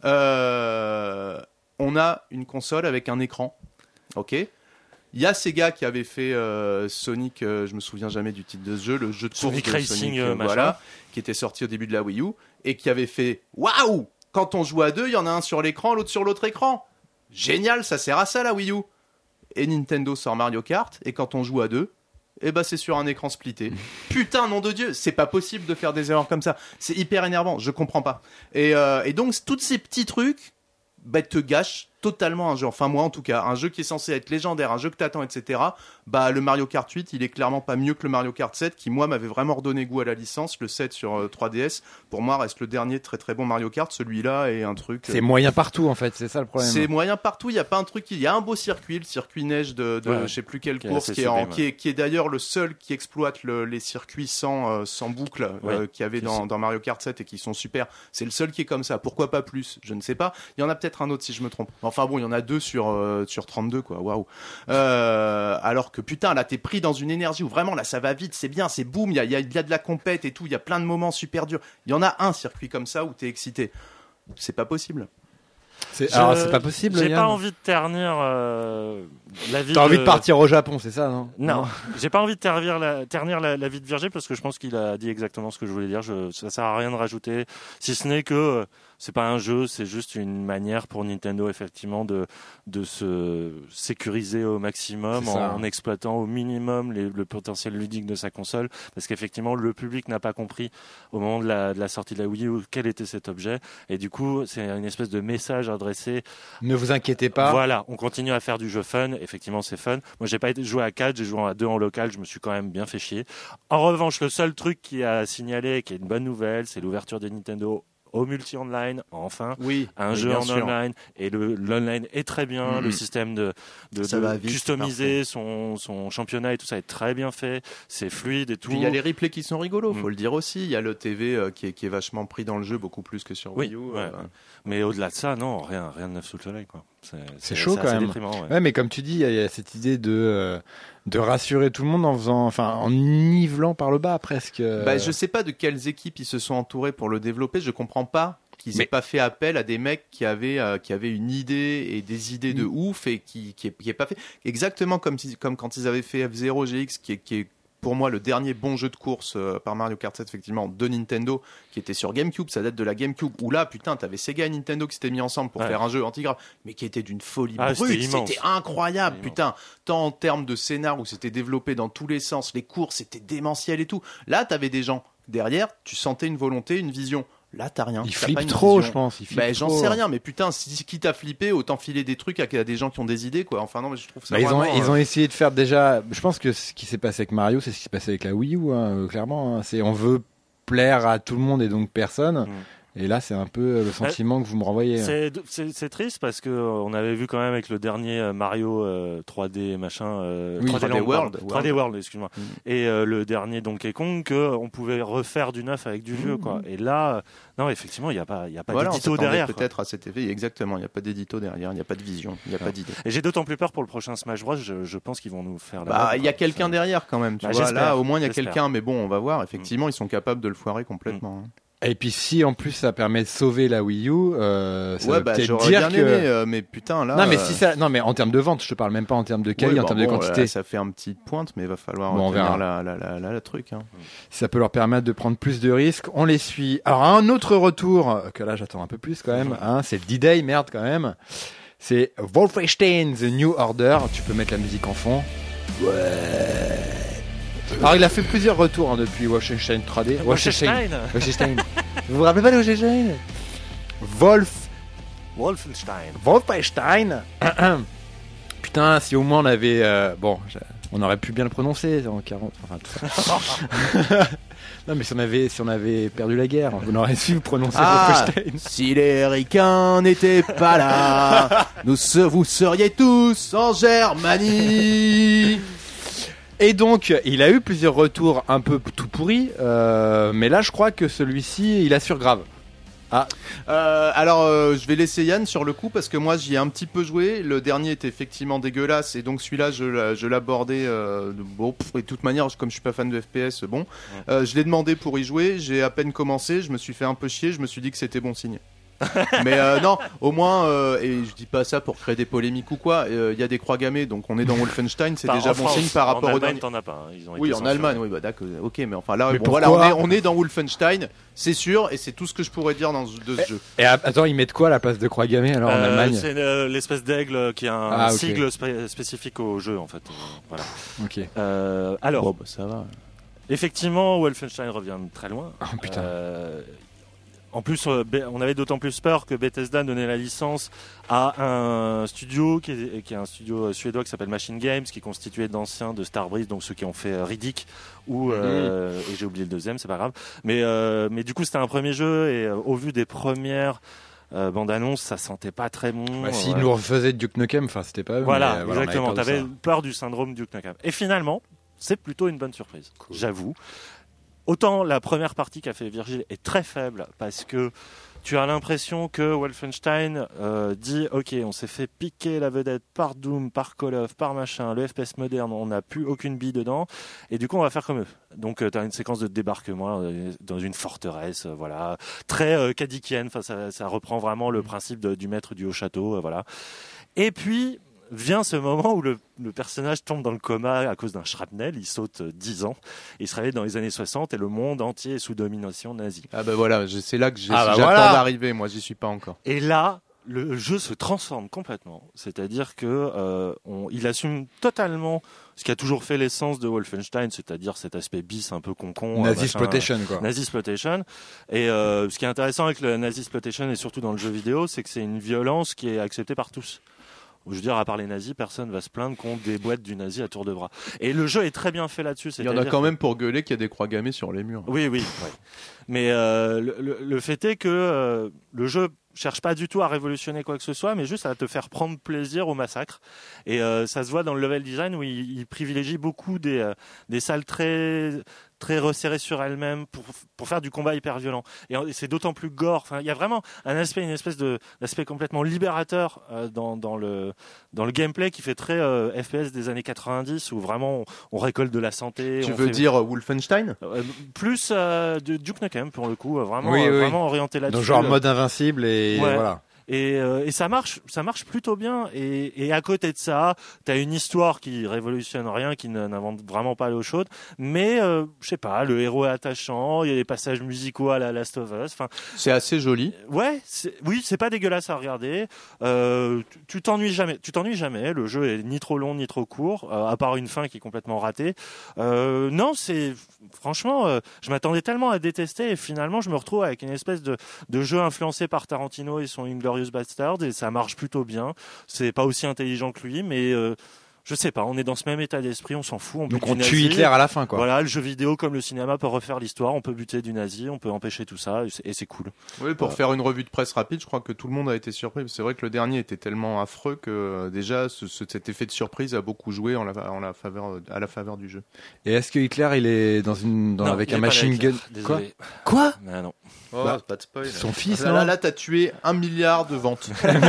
Euh, on a une console avec un écran. Ok. Il y a Sega qui avait fait euh, Sonic, euh, je me souviens jamais du titre de ce jeu, le jeu de course Sonic de Racing, Sonic, euh, euh, machin. voilà, qui était sorti au début de la Wii U et qui avait fait waouh. Quand on joue à deux, il y en a un sur l'écran, l'autre sur l'autre écran. Génial, ça sert à ça la Wii U. Et Nintendo sort Mario Kart, et quand on joue à deux, eh ben c'est sur un écran splitté. Putain, nom de Dieu, c'est pas possible de faire des erreurs comme ça. C'est hyper énervant, je comprends pas. Et, euh, et donc, tous ces petits trucs, bah, te gâchent totalement un jeu. Enfin, moi en tout cas, un jeu qui est censé être légendaire, un jeu que t'attends, et cetera. Bah, le Mario Kart huit, il est clairement pas mieux que le Mario Kart sept, qui moi m'avait vraiment redonné goût à la licence. Le sept sur euh, trois D S, pour moi, reste le dernier très très bon Mario Kart. Celui-là est un truc. euh, C'est moyen partout en fait, c'est ça le problème. c'est moyen partout, il n'y a pas un truc, il y a un beau circuit, le circuit neige de, de Ouais, je sais plus quelle qui est course, assez qui est, en- sublime, qui, est, qui est d'ailleurs le seul qui exploite le- les circuits sans, euh, sans boucle Ouais, euh, qu'il y avait c'est dans, ça. dans Mario Kart sept et qui sont super. C'est le seul qui est comme ça. Pourquoi pas plus? Je ne sais pas. Il y en a peut-être un autre si je me trompe. Enfin bon, il y en a deux sur, euh, sur trente-deux, quoi. Waouh. Euh, alors que putain, là t'es pris dans une énergie où vraiment là ça va vite, c'est bien, c'est boum, il y a, il y, a, il y a de la compète et tout, il y a plein de moments super durs. Il y en a un circuit comme ça où t'es excité. C'est pas possible. C'est- Je- Alors c'est pas possible. J'ai Yann. pas envie de ternir euh, la vie. T'as envie de de- partir au Japon, c'est ça, non? Non, j'ai pas envie de ternir la, ternir la, la vie de Virgile parce que je pense qu'il a dit exactement ce que je voulais dire. Je, ça sert à rien de rajouter, si ce n'est que euh, c'est pas un jeu, c'est juste une manière pour Nintendo effectivement de de se sécuriser au maximum C'est en, ça. en exploitant au minimum les, le potentiel ludique de sa console, parce qu'effectivement le public n'a pas compris au moment de la, de la sortie de la Wii U quel était cet objet, et du coup c'est une espèce de message adressé. Ne vous inquiétez pas. Voilà, on continue à faire du jeu fun. Effectivement, c'est fun. Moi, j'ai pas été joué à quatre, j'ai joué à deux en local. Je me suis quand même bien fait chier. En revanche, le seul truc qui a signalé, qui est une bonne nouvelle, c'est l'ouverture de Nintendo au multi-online, enfin. Oui. Un oui, jeu bien en sûr. online, et le, l'online est très bien. Mhm. Le système de, de, Ça de va vite, customiser son, son championnat et tout ça est très bien fait. C'est fluide et tout. Puis il y a les replays qui sont rigolos, faut Mm. le dire aussi. Il y a le T V euh, qui, est, qui est vachement pris dans le jeu, beaucoup plus que sur Oui, Wii U. ouais. euh. Mais au-delà de ça, non, rien, rien de neuf sous le soleil, quoi. C'est, C'est chaud, quand assez même. déprimant, ouais. Ouais, mais comme tu dis, il y, a- il y a cette idée de euh, de rassurer tout le monde en faisant, enfin, en nivelant par le bas presque. euh. Bah, je sais pas de quelles équipes ils se sont entourés pour le développer. Je comprends pas qu'ils Mais- aient pas fait appel à des mecs qui avaient euh, qui avaient une idée et des idées de Mm. ouf et qui qui est, qui est pas fait exactement comme si- comme quand ils avaient fait F zéro G X qui est qui est pour moi le dernier bon jeu de course euh, par Mario Kart sept effectivement de Nintendo, qui était sur GameCube, ça date de la GameCube, où là putain t'avais Sega et Nintendo qui s'étaient mis ensemble pour Ouais. faire un jeu anti-grave, mais qui était d'une folie Ah, brute, c'était immense. c'était incroyable C'était putain, tant en termes de scénar où c'était développé dans tous les sens, les courses c'était démentiel et tout. Là t'avais des gens derrière, tu sentais une volonté, une vision. Là t'as rien. Il T'as flippe pas une trop, vision. je pense. Il flippe Ben, j'en trop. sais rien, mais putain, si qui t'a flippé, autant filer des trucs à, à des gens qui ont des idées, quoi. Enfin, non, mais je trouve ça Bah, ils, ont, vraiment, ils euh, ont essayé de faire déjà. Je pense que ce qui s'est passé avec Mario, c'est ce qui s'est passé avec la Wii U, hein, euh, clairement. Hein. C'est on veut plaire à tout le monde et donc personne. Mm. Et là, c'est un peu euh, le sentiment que vous me renvoyez. hein. C'est, c'est, c'est triste parce que euh, on avait vu quand même avec le dernier euh, Mario euh, trois D machin, euh, Oui, trois D, trois D Land, World. pardon. trois D World, excuse-moi, Mm. et euh, le dernier Donkey Kong que on pouvait refaire du neuf avec du vieux, quoi. Et là, euh, non, effectivement, il y a pas, il y a pas voilà, on d'édito s'attendait derrière. quoi. peut-être à cet effet, exactement. Il n'y a pas d'édito derrière, il n'y a pas de vision, il n'y a Ah. pas d'idée. Et j'ai d'autant plus peur pour le prochain Smash Bros. Je, je pense qu'ils vont nous faire la. Bah, bonne, il y a quoi. quelqu'un Ça- derrière quand même, tu Bah, vois. j'espère, Là, au moins, il y a j'espère. quelqu'un, mais bon, on va voir. Effectivement, ils sont capables de le foirer complètement. hein. Et puis si en plus ça permet de sauver la Wii U, euh, ça Ouais, veut bah, peut-être j'aurais dire bien que. aimé, euh, mais putain, là. Non mais euh, si ça, non mais en termes de vente, je te parle même pas en termes de qualité, ouais, en bah, termes de bon, quantité. là, ça fait un petit pointe, mais il va falloir Bon, on tenir verra. la, la, la, la, la truc. Hein. Si ça peut leur permettre de prendre plus de risques, on les suit. Alors un autre retour que là j'attends un peu plus quand même, hein, c'est le D-Day, merde quand même. C'est Wolfenstein The New Order. Tu peux mettre la musique en fond. Alors il a fait plusieurs retours hein, depuis Wolfenstein trois D. Wolfenstein. Wolfenstein. Vous vous rappelez pas de Wolfenstein? Wolf. Wolfenstein. Wolfenstein. Putain, si au moins on avait... Euh, bon, on aurait pu bien le prononcer en quarante... Enfin, tout ça. Non, mais si on, avait, si on avait perdu la guerre, on aurait su prononcer Ah, Wolfenstein. si les ricains n'étaient pas là, nous se- vous seriez tous en Germanie. Et donc, il a eu plusieurs retours un peu tout pourris, euh, mais là, je crois que celui-ci, il assure grave. Ah, Euh, alors, euh, je vais laisser Yann sur le coup parce que moi j'y ai un petit peu joué. Le dernier était effectivement dégueulasse et donc celui-là je, l'a- je l'abordais. Euh, de- bon, pff, et de toute manière, comme je suis pas fan de F P S, bon, euh, je l'ai demandé pour y jouer. J'ai à peine commencé, je me suis fait un peu chier. Je me suis dit que c'était bon signe. Mais euh, non, au moins, euh, et je dis pas ça pour créer des polémiques ou quoi. Il euh, y a des croix gammées, donc on est dans Wolfenstein, c'est Enfin, déjà en bon France, signe par rapport en au Allemagne, dernier. t'en as pas. hein. Ils ont Oui, été en censurés. Allemagne, oui, bah d'accord, ok, mais enfin là, Mais bon, voilà, pourquoi on est, on est dans Wolfenstein, c'est sûr, et c'est tout ce que je pourrais dire dans ce- de ce jeu. et a- attends, ils mettent quoi à la place de croix gammée alors en Euh, Allemagne? c'est euh, l'espèce d'aigle qui a un Ah, ok. sigle spé- spécifique au jeu en fait. Euh, voilà. Ok. Euh, alors, Bon, bah ça va. effectivement, Wolfenstein revient de très loin. Oh putain. Euh, en plus, euh, Be- on avait d'autant plus peur que Bethesda donnait la licence à un studio qui est, qui est un studio suédois qui s'appelle Machine Games, qui est constitué d'anciens de Starbreeze, donc ceux qui ont fait euh, Riddick ou euh, et j'ai oublié le deuxième, c'est pas grave. Mais euh, mais du coup, c'était un premier jeu et euh, au vu des premières euh, bandes annonces, ça sentait pas très bon. Bah, S'ils Ouais. nous refaisaient Duke Nukem, enfin c'était pas eux. Voilà, mais, euh, voilà, on exactement. avait peur de T'avais ça. peur du syndrome Duke Nukem. Et finalement, c'est plutôt une bonne surprise, j'avoue. Autant la première partie qu'a fait Virgile est très faible parce que tu as l'impression que Wolfenstein euh, dit ok, on s'est fait piquer la vedette par Doom, par Call of, par machin, le F P S moderne, on n'a plus aucune bille dedans et du coup on va faire comme eux. Donc tu as une séquence de débarquement euh, dans une forteresse, euh, voilà, très euh, Kadikienne. Enfin, ça, ça reprend vraiment le principe de- du maître du haut château, euh, voilà. Et puis vient ce moment où le, le personnage tombe dans le coma à cause d'un shrapnel, il saute euh, dix ans, et il se réveille dans les années soixante et le monde entier est sous domination nazie. Ah bah voilà, je- c'est là que j'ai- Ah bah j'attends voilà. d'arriver, moi j'y suis pas encore. Et là, le jeu se transforme complètement, c'est-à-dire que euh, on, il assume totalement ce qui a toujours fait l'essence de Wolfenstein, c'est-à-dire cet aspect bis un peu concon. Nazi machin, exploitation quoi. Nazi exploitation. Et euh, ce qui est intéressant avec le Nazi exploitation et surtout dans le jeu vidéo, c'est que c'est une violence qui est acceptée par tous. Je veux dire, à part les nazis, personne va se plaindre qu'on déboîte du nazi à tour de bras. Et le jeu est très bien fait là-dessus. Il y en a c'est-à-dire quand que- même pour gueuler qu'il y a des croix gammées sur les murs. Oui, oui. ouais. Mais euh, le, le- le fait est que euh, le jeu cherche pas du tout à révolutionner quoi que ce soit, mais juste à te faire prendre plaisir au massacre. Et euh, ça se voit dans le level design où il, il privilégie beaucoup des, euh, des salles très très resserrées sur elles-mêmes pour, pour faire du combat hyper violent. Et en- c'est d'autant plus gore. Enfin, il y a vraiment un aspect, une espèce de d'aspect complètement libérateur euh, dans, dans le dans le gameplay qui fait très euh, F P S des années quatre-vingt-dix où vraiment on, on récolte de la santé. Tu on veux fait- dire euh, Wolfenstein? euh, plus euh, de Duke Nukem pour le coup, euh, vraiment, Oui, euh, oui. vraiment orienté là-dessus. Donc genre mode invincible et Ouais. voilà. Et, euh, et ça marche, ça marche plutôt bien. Et, et à côté de ça, t'as une histoire qui révolutionne rien, qui ne- n'invente vraiment pas l'eau chaude. Mais euh, je sais pas, le héros est attachant. Il y a des passages musicaux à la Last of Us. Enfin, C'est assez joli. ouais, c'est- oui, c'est pas dégueulasse à regarder. Euh, tu- tu t'ennuies jamais. Tu t'ennuies jamais. Le jeu est ni trop long ni trop court, euh, à part une fin qui est complètement ratée. Euh, non, c'est franchement, euh, je m'attendais tellement à détester et finalement, je me retrouve avec une espèce de, de jeu influencé par Tarantino et son Inglourious Basterds et ça marche plutôt bien. C'est pas aussi intelligent que lui, mais euh, je sais pas. On est dans ce même état d'esprit. On s'en fout. On Donc bute on du tue nazi. Hitler à la fin quoi. Voilà, le jeu vidéo comme le cinéma peut refaire l'histoire. On peut buter du nazi, on peut empêcher tout ça et c'est- et c'est cool. Oui, pour faire une revue de presse rapide, je crois que tout le monde a été surpris. C'est vrai que le dernier était tellement affreux que euh, déjà ce, ce- cet effet de surprise a beaucoup joué en la, en la faveur, à la faveur du jeu. Et est-ce que Hitler il est dans une dans, Non, avec il un est pas là, machine Hitler. gun Désolé. Quoi? Mais non. Oh, Bah, pas de spoil. Son fils Là, non là, là, t'as tué un milliard de ventes.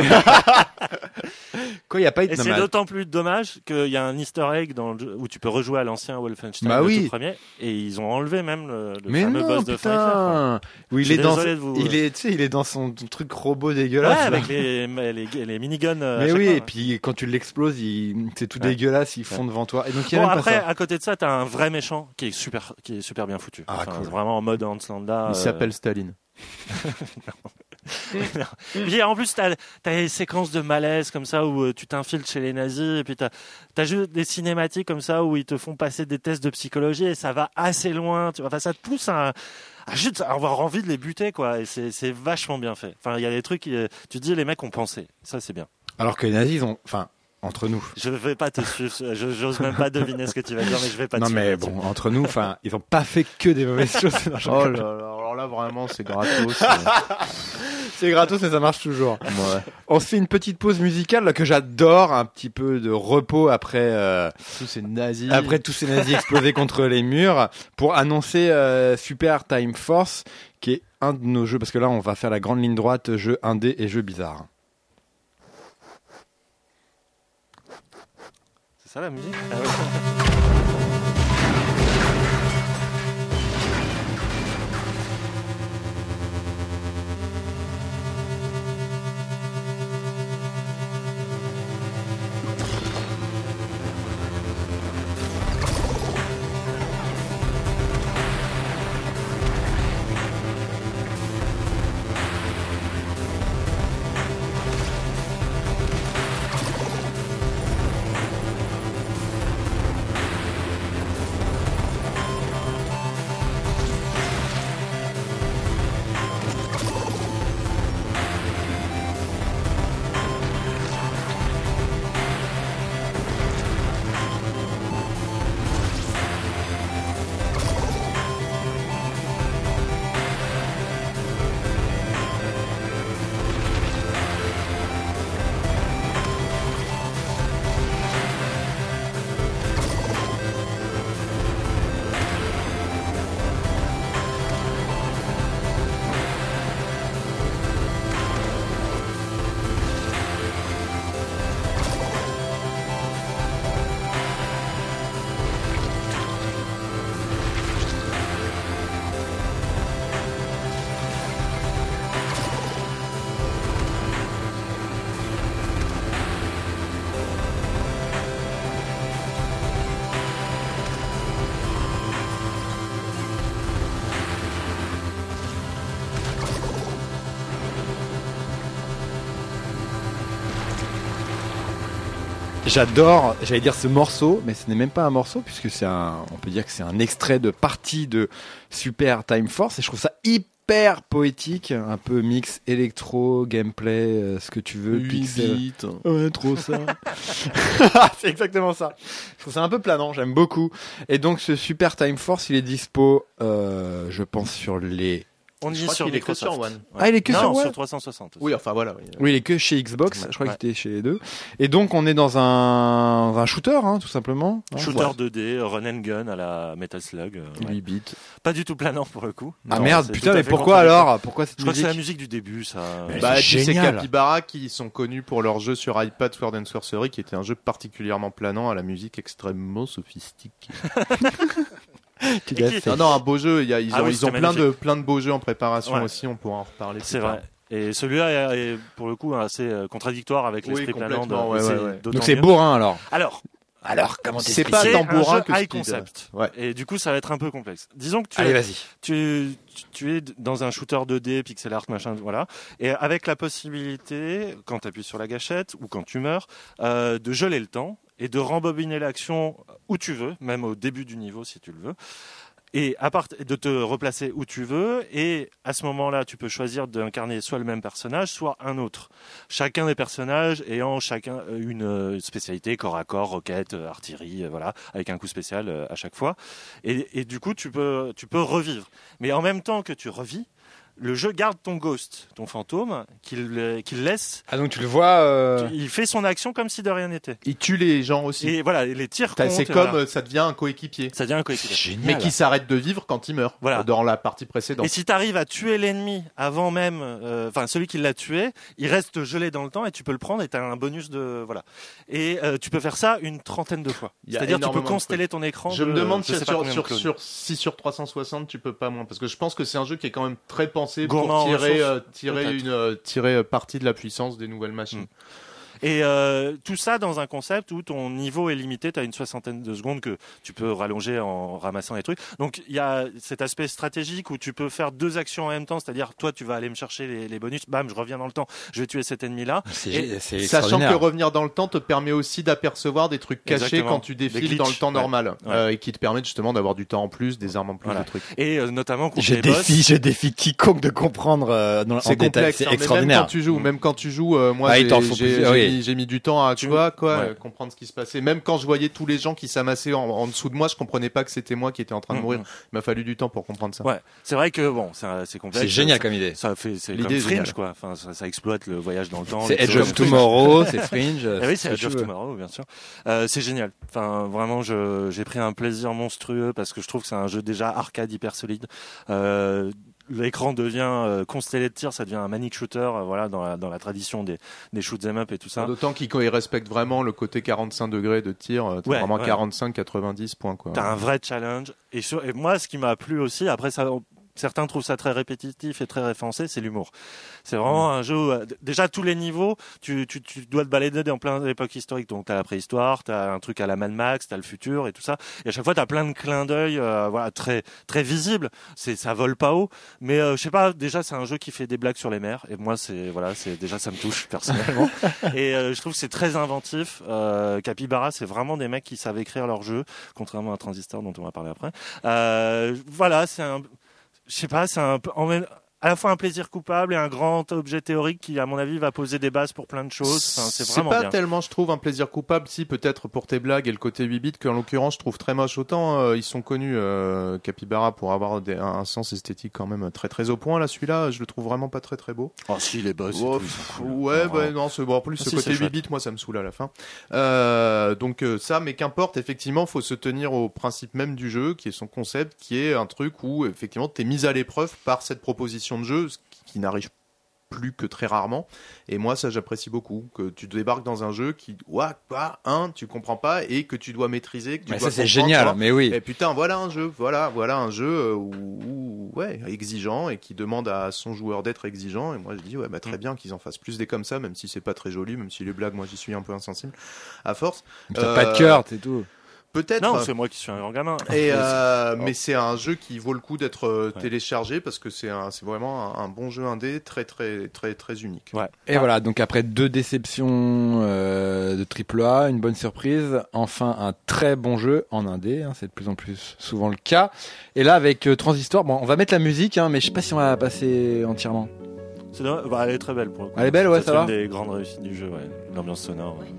Quoi, il y a pas Et non, c'est mais- d'autant plus dommage qu'il y a un Easter egg dans le jeu où tu peux rejouer à l'ancien Wolfenstein, Bah le oui. tout premier, et ils ont enlevé même le, le Mais fameux non, boss de fin Hitler. putain. Où il Je suis est dans désolé de vous- il est tu sais, il est dans son truc robot Ouais, dégueulasse. là. avec les, les, les miniguns. euh, à Mais chaque oui, fois, et ouais. puis quand tu l'exploses, il... c'est tout Ouais. dégueulasse, ils font devant toi. Et donc il y a Bon, même après, pas ça. à côté de ça, t'as un vrai méchant qui est super, qui est super bien foutu. Ah, Enfin, cool. Vraiment en mode Hans Landa. Il euh, s'appelle Staline. Puis en plus, t'as, t'as des séquences de malaise comme ça où euh, tu t'infiltres chez les nazis et puis t'as, t'as juste des cinématiques comme ça où ils te font passer des tests de psychologie et ça va assez loin. Tu vois, enfin, ça te pousse à, à juste avoir envie de les buter, quoi. Et c'est, c'est vachement bien fait. Enfin, il y a des trucs, qui, tu te dis, les mecs ont pensé. Ça, c'est bien. Alors que les nazis, ils ont, enfin, entre nous. Je vais pas te suivre. Je, j'ose même pas deviner ce que tu vas dire, mais je vais pas te Non, suivre. mais là-dessus. bon, entre nous, enfin, ils ont pas fait que des mauvaises choses. Non, je Oh rigole. là là, alors là vraiment c'est gratos. euh. C'est gratos, mais ça marche toujours. Ouais. On se fait une petite pause musicale là, que j'adore, un petit peu de repos après euh, Tous ces nazis. après tous ces nazis explosés contre les murs pour annoncer euh, Super Time Force, qui est un de nos jeux, parce que là on va faire la grande ligne droite jeu indé et jeu bizarre. C'est ça la musique ah ouais. J'adore, j'allais dire ce morceau, mais ce n'est même pas un morceau puisque c'est un, on peut dire que c'est un extrait de partie de Super Time Force et je trouve ça hyper poétique, un peu mix électro, gameplay, euh, ce que tu veux, pixel. Ouais, trop ça. C'est exactement ça. Je trouve ça un peu planant, j'aime beaucoup. Et donc ce Super Time Force, il est dispo, euh, je pense sur les. On Je y est crois sur qu'il est que Microsoft. sur One. Ouais. Ah, il est que non, sur One sur trois cent soixante. Oui, enfin voilà. Oui, Oui, il est que chez Xbox. Ouais. Je crois Ouais. qu'il était chez les deux. Et donc on est dans un, un shooter, hein, tout simplement. Hein, Shooter voilà. deux D, run and gun à la Metal Slug. euh, ouais. huit bits. Pas du tout planant pour le coup. Ah Non, merde, c'est putain, tout à mais fait pourquoi contradictoire. alors Pourquoi cette Je crois que c'est musique la musique du début, ça. Mais Bah, c'est tu sais génial. Capybara qui sont connus pour leur jeu sur iPad Sword and Sorcery qui était un jeu particulièrement planant à la musique extrêmement sophistiquée. Tu Et l'as qui- fait. Non, non, un beau jeu. Il y a, ils Ah ont, oui, ils ont c'était plein de, magnifique. plein de beaux jeux en préparation Ouais. aussi. On pourra en reparler. plus C'est tard. vrai. Et celui-là est, est, pour le coup assez euh, contradictoire avec Oui, l'esprit planant. complètement, de- ouais, c'est ouais, ouais. d'autant Donc c'est mieux. bourrin alors. Alors, Alors, comment C'est t'expliques pas c'est tant un bourrin jeu que high speed. concept. Ouais. Et du coup, ça va être un peu complexe. Disons que tu, Allez, es, vas-y. tu, tu es dans un shooter deux D, pixel art, machin, voilà. Et avec la possibilité, quand tu appuies sur la gâchette ou quand tu meurs, euh, de geler le temps et de rembobiner l'action où tu veux, même au début du niveau si tu le veux. Et à part de te replacer où tu veux, et à ce moment-là, tu peux choisir d'incarner soit le même personnage, soit un autre. Chacun des personnages ayant chacun une spécialité, corps à corps, roquette, artillerie, voilà, avec un coup spécial à chaque fois. Et, et du coup, tu peux, tu peux revivre. Mais en même temps que tu revis, le jeu garde ton ghost, ton fantôme, qu'il qu'il laisse. Ah, donc tu le vois. euh, Tu- il fait son action comme si de rien n'était. Il tue les gens aussi. Et voilà, et les tirs T'as- comptent. C'est et comme voilà. euh, ça devient un coéquipier. Ça devient un C'est coéquipier. génial. Mais qui s'arrête de vivre quand il meurt. Voilà. euh, Dans la partie précédente. Et si tu arrives à tuer l'ennemi avant même, euh, enfin celui qui l'a tué, il reste gelé dans le temps et tu peux le prendre et tu as un bonus de voilà. Et euh, tu peux faire ça une trentaine de fois. Il y a C'est-à-dire tu peux énormément de consteller ton écran. Je de- me demande je si sais pas sur, combien de sur, clones. sur, si sur trois cent soixante tu peux pas moins. Parce que je pense que c'est un jeu qui est quand même très pensé Gourmand en pour tirer, ressources, euh, tirer, peut-être. une, euh, tirer euh, partie de la puissance des nouvelles machines. Mm. Et euh, tout ça dans un concept où ton niveau est limité, tu as une soixantaine de secondes que tu peux rallonger en ramassant les trucs. Donc il y a cet aspect stratégique où tu peux faire deux actions en même temps, c'est-à-dire toi tu vas aller me chercher les, les bonus, bam, je reviens dans le temps, je vais tuer cet ennemi-là. C'est, Et c'est Sachant extraordinaire. que revenir dans le temps te permet aussi d'apercevoir des trucs cachés Exactement. quand tu Des défiles glitches, dans le temps ouais. normal Ouais. euh, et qui te permettent justement d'avoir du temps en plus, des armes en plus, Voilà. des trucs. Et euh, notamment contre Je les boss. défie, je défie quiconque de comprendre euh, dans, en C'est détail. complexe, C'est hein, mais même extraordinaire. quand tu joues, Mm. même quand tu joues, euh, moi Ah, il j'ai, t'en faut j'ai, plusieurs, j'ai oui. mis, j'ai mis du temps à, tu Tu- vois, quoi, ouais. euh, comprendre ce qui se passait. Même quand je voyais tous les gens qui s'amassaient en, en dessous de moi, je comprenais pas que c'était moi qui étais en train de Mm, mourir. mm. Il m'a fallu du temps pour comprendre ça. Ouais, c'est vrai que bon, c'est, c'est complexe. C'est génial Ça, comme idée. ça fait, c'est L'idée comme est Fringe, géniale. quoi. Enfin, ça, ça exploite le voyage dans le temps. C'est les Edge choses. of Tomorrow, c'est Fringe. Ah oui, c'est ce que Edge tu of veux. Tomorrow, bien sûr. Euh, c'est génial. Enfin, vraiment, je, j'ai pris un plaisir monstrueux parce que je trouve que c'est un jeu déjà arcade hyper solide. Euh, L'écran devient euh, constellé de tir, ça devient un manic shooter, euh, voilà, dans la, dans la tradition des, des shoot 'em up et tout ça. D'autant qu'ils ils respectent vraiment le côté quarante-cinq degrés de tir, euh, t'as Ouais, vraiment ouais. quarante-cinq quatre-vingt-dix points, quoi. T'as un vrai challenge. Et, sur, et moi, ce qui m'a plu aussi, après ça, certains trouvent ça très répétitif et très référencé, c'est l'humour. C'est vraiment un jeu où, euh, d- déjà tous les niveaux, tu, tu, tu dois te balader dans plein d'époques historiques. Donc t'as la préhistoire, t'as un truc à la Mad Max, t'as le futur et tout ça. Et à chaque fois t'as plein de clins d'œil, euh, voilà, très très visibles. C'est ça vole pas haut, mais euh, je sais pas. Déjà c'est un jeu qui fait des blagues sur les mers. Et moi c'est voilà, c'est déjà ça me touche personnellement. Et euh, je trouve que c'est très inventif. Euh, Capybara, c'est vraiment des mecs qui savent écrire leur jeu, contrairement à Transistor dont on va parler après. Euh, voilà, c'est un je sais pas, c'est un peu, en même, à la fois un plaisir coupable et un grand objet théorique qui, à mon avis, va poser des bases pour plein de choses. Enfin, c'est vraiment pas bien. tellement, je trouve, un plaisir coupable, si peut-être pour tes blagues et le côté huit bits, qu'en l'occurrence je trouve très moche. Autant euh, ils sont connus, euh, Capybara, pour avoir des, un, un sens esthétique quand même très très au point. Là, celui-là, je le trouve vraiment pas très très beau. Oh, si, les boss. Oh, et tout, ils pff, sont cool. ouais, Ah, bah, non, c'est bon. En plus, Ah, ce si, côté c'est huit bits, moi, ça me saoule à la fin. Euh, donc euh, ça, mais qu'importe, effectivement, faut se tenir au principe même du jeu, qui est son concept, qui est un truc où effectivement t'es mis à l'épreuve par cette proposition de jeu, ce qui, qui n'arrive plus que très rarement. Et moi, ça, j'apprécie beaucoup. Que tu débarques dans un jeu qui, ouah, quoi, hein, tu comprends pas et que tu dois maîtriser. Que tu Mais dois ça, c'est comprendre, génial, quoi. mais oui. Et putain, voilà un jeu, voilà, voilà un jeu euh, où, où- ouais, exigeant et qui demande à son joueur d'être exigeant. Et moi, je dis, ouais, bah, très Mm. bien qu'ils en fassent plus des comme ça, même si c'est pas très joli, même si les blagues, moi, j'y suis un peu insensible, à force. T'as Euh, pas de cœur, c'est tout. Peut-être. Non, c'est moi qui suis un grand gamin. Et euh, Oh. mais c'est un jeu qui vaut le coup d'être euh, Ouais. téléchargé parce que c'est un, c'est vraiment un, un bon jeu indé très très très très unique. Ouais. Et voilà, donc après deux déceptions euh, de triple A, une bonne surprise, enfin un très bon jeu en indé, hein, c'est de plus en plus souvent le cas. Et là avec euh, Transistor, bon, on va mettre la musique, hein, mais je sais pas si on va la passer entièrement. C'est dommage. Bah, elle est très belle pour le coup. Elle est belle, ouais, C'est ça va. une des grandes réussites du jeu, ouais. L'ambiance sonore. Ouais,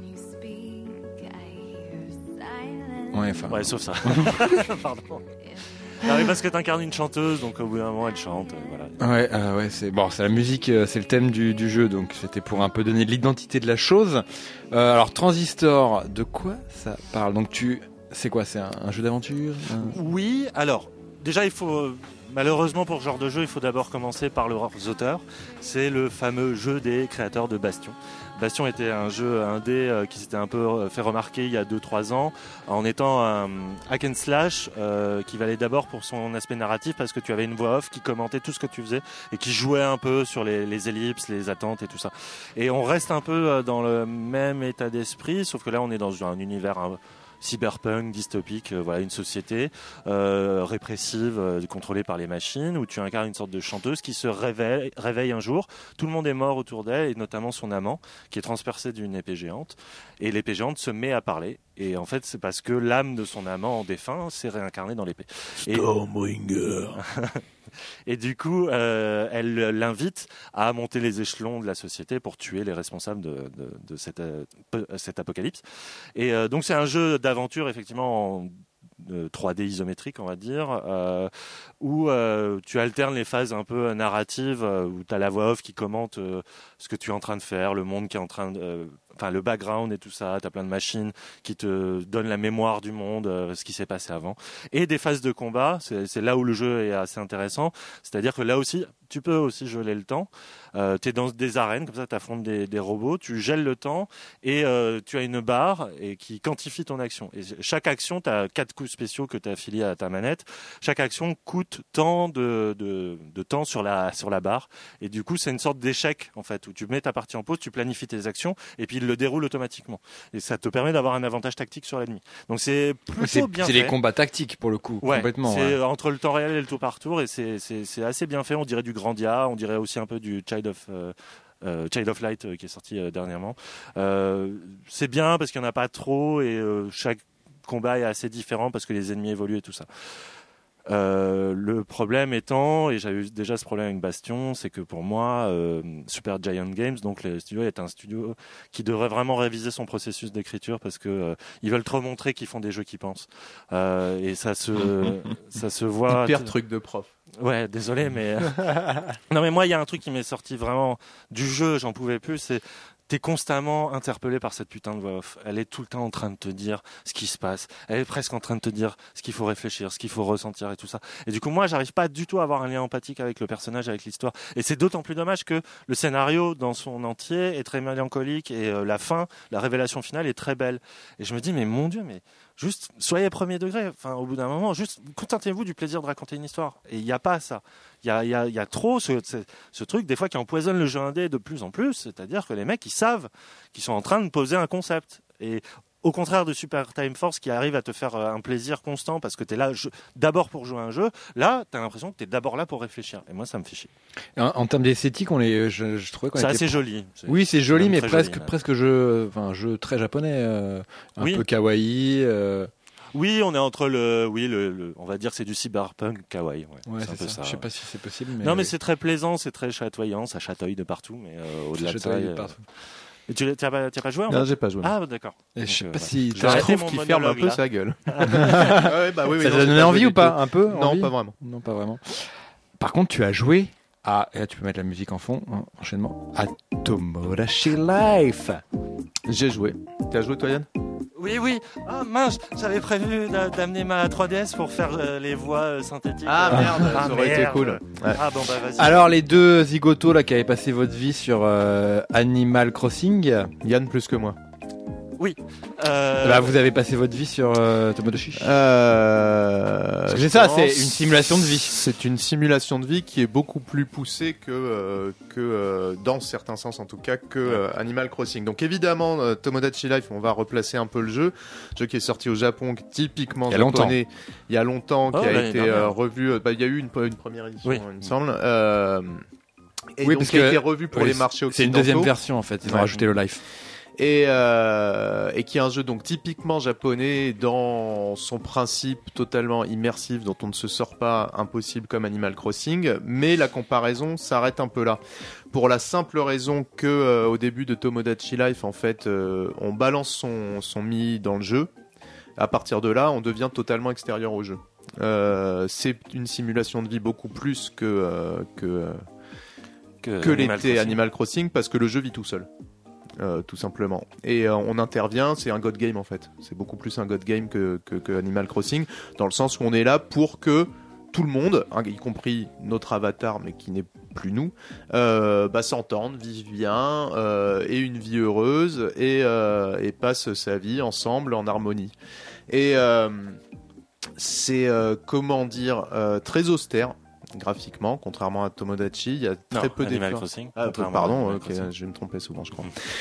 Ouais, enfin. ouais sauf ça. Pardon. Ah oui, parce que t'incarnes une chanteuse, donc au bout d'un moment elle chante. euh, Voilà. Ouais, euh, ouais, c'est bon, c'est la musique, euh, c'est le thème du, du jeu, donc c'était pour un peu donner l'identité de la chose. Euh, alors Transistor, de quoi ça parle? Donc tu, c'est quoi? C'est un, un jeu d'aventure? Un- Oui, alors, déjà, il faut. euh, Malheureusement, pour ce genre de jeu, il faut d'abord commencer par leurs auteurs. C'est le fameux jeu des créateurs de Bastion. Bastion était un jeu indé euh, qui s'était un peu euh, fait remarquer il y a deux trois ans en étant un hack and slash euh, qui valait d'abord pour son aspect narratif parce que tu avais une voix off qui commentait tout ce que tu faisais et qui jouait un peu sur les, les ellipses, les attentes et tout ça. Et on reste un peu euh, dans le même état d'esprit, sauf que là on est dans un univers un, cyberpunk, dystopique, euh, voilà, une société euh, répressive, euh, contrôlée par les machines, où tu incarnes une sorte de chanteuse qui se réveille, réveille un jour, tout le monde est mort autour d'elle, et notamment son amant, qui est transpercé d'une épée géante, et l'épée géante se met à parler, et en fait c'est parce que l'âme de son amant en défunt s'est réincarnée dans l'épée. Stormbringer. Et du coup, euh, elle l'invite à monter les échelons de la société pour tuer les responsables de, de, de cette, euh, cet apocalypse. Et euh, donc c'est un jeu d'aventure effectivement en euh, trois D isométrique, on va dire, euh, où euh, tu alternes les phases un peu narratives, euh, où tu as la voix off qui commente euh, ce que tu es en train de faire, le monde qui est en train de... Euh, enfin le background et tout ça, t'as plein de machines qui te donnent la mémoire du monde, euh, ce qui s'est passé avant, et des phases de combat. C'est, c'est là où le jeu est assez intéressant, c'est-à-dire que là aussi tu peux aussi geler le temps. Euh, tu es dans des arènes comme ça, tu affrontes des, des robots, tu gèles le temps et euh, tu as une barre et qui quantifie ton action, et chaque action, tu as quatre coups spéciaux que tu as affiliés à ta manette, chaque action coûte tant de, de, de temps sur la, sur la barre, et du coup c'est une sorte d'échec en fait, où tu mets ta partie en pause, tu planifies tes actions, et puis le déroule automatiquement. Et ça te permet d'avoir un avantage tactique sur l'ennemi. Donc c'est plutôt C'est, bien c'est fait. les combats tactiques pour le coup, Ouais, complètement. c'est ouais. entre le temps réel et le tour par tour, et c'est, c'est, c'est assez bien fait. On dirait du Grandia, on dirait aussi un peu du Child of... Euh, Euh, Child of Light euh, qui est sorti euh, dernièrement. Euh, c'est bien parce qu'il n'y en a pas trop et euh, chaque combat est assez différent parce que les ennemis évoluent et tout ça. Euh, le problème étant, et j'avais eu déjà ce problème avec Bastion, c'est que pour moi, euh, Super Giant Games, donc le studio, est un studio qui devrait vraiment réviser son processus d'écriture parce que euh, ils veulent trop montrer qu'ils font des jeux qui pensent. Euh, et ça se, ça se voit. Hyper truc de prof. Ouais, désolé, mais non, mais moi, il y a un truc qui m'est sorti vraiment du jeu, j'en pouvais plus. C'est t'es constamment interpellé par cette putain de voix off. Elle est tout le temps en train de te dire ce qui se passe. Elle est presque en train de te dire ce qu'il faut réfléchir, ce qu'il faut ressentir et tout ça. Et du coup, moi, j'arrive pas du tout à avoir un lien empathique avec le personnage, avec l'histoire. Et c'est d'autant plus dommage que le scénario, dans son entier, est très mélancolique et euh, la fin, la révélation finale est très belle. Et je me dis, mais mon Dieu, mais juste soyez premier degré. Enfin, au bout d'un moment, juste contentez-vous du plaisir de raconter une histoire. Et il n'y a pas ça. Il y a, y, a, y a trop ce, ce, ce truc, des fois, qui empoisonne le jeu indé de plus en plus. C'est-à-dire que les mecs, ils savent qu'ils sont en train de poser un concept. Et au contraire de Super Time Force, qui arrive à te faire un plaisir constant parce que tu es là je, d'abord pour jouer à un jeu, là, tu as l'impression que tu es d'abord là pour réfléchir. Et moi, ça me fait chier. En, en termes d'esthétique, on les, je, je trouvais qu'on c'est était... assez joli. C'est, oui, c'est joli, mais presque, joli, presque jeu, enfin, jeu très japonais, euh, un oui. peu kawaii. Euh... Oui, on est entre le, oui, le, le, on va dire que c'est du cyberpunk kawaii. Ouais, ouais c'est, c'est un peu ça. ça. Je sais pas si c'est possible. Mais non, mais c'est très plaisant, c'est très chatoyant, ça chatouille de partout, mais euh, au-delà de ça. De partout. Et tu n'as pas, pas joué en Non, fait j'ai pas joué. Ah, d'accord. Et Donc, je sais euh, pas voilà. si. Je trouve qu'il ferme un peu là. sa gueule. ouais, bah oui, oui, ça non, t'a donné envie ou pas un peu Non, envie pas vraiment. Non, pas vraiment. Par contre, tu as joué à, et là tu peux mettre la musique en fond, hein, enchaînement, à Tomodachi Life. J'ai joué. T'as joué toi, Yann? Oui, oui. Ah mince, j'avais prévu d'a- d'amener ma trois D S pour faire euh, les voix euh, synthétiques. Ah Euh, merde, ah, ça aurait été merde. cool. Ouais. Ah bon, bah vas-y. Alors, les deux zigotos là qui avaient passé votre vie sur euh, Animal Crossing, Yann plus que moi. Euh, bah, vous avez passé votre vie sur euh, Tomodachi. Euh... Parce que c'est ça, c'est une simulation de vie. C'est une simulation de vie qui est beaucoup plus poussée que, euh, que euh, dans certains sens en tout cas, que euh, Animal Crossing. Donc évidemment, euh, Tomodachi Life, on va replacer un peu le jeu. Jeu qui est sorti au Japon, typiquement Il y a japonais, il y a longtemps, Oh, qui a l'année été dernière. euh, revu. euh, bah, il y a eu une, une première édition, Oui. il me semble. Euh, et Oui, donc parce qui a que- été revu pour Oui, les marchés c'est occidentaux. une deuxième version en fait, ils ont Ouais. rajouté le live. Et, euh, et qui est un jeu donc typiquement japonais dans son principe totalement immersif dont on ne se sort pas, impossible comme Animal Crossing, mais la comparaison s'arrête un peu là. Pour la simple raison que euh, au début de Tomodachi Life, en fait, euh, on balance son, son Mi dans le jeu. À partir de là, on devient totalement extérieur au jeu. Euh, c'est une simulation de vie beaucoup plus que, euh, que, euh, que, que Animal l'était Crossing. Animal Crossing parce que le jeu vit tout seul. Euh, tout simplement. Et euh, on intervient, c'est un God game en fait. C'est beaucoup plus un God game que, que, que Animal Crossing, dans le sens où on est là pour que tout le monde, hein, y compris notre avatar, mais qui n'est plus nous, euh, bah, s'entende, vive bien, euh, ait une vie heureuse et, euh, et passe sa vie ensemble en harmonie. Et euh, c'est, euh, comment dire, euh, très austère. Graphiquement, contrairement à Tomodachi, il y a très Non, peu Animal d'efforts. Crossing. Ah, contrairement à pardon, Animal ok, Crossing. je vais me tromper souvent, je crois.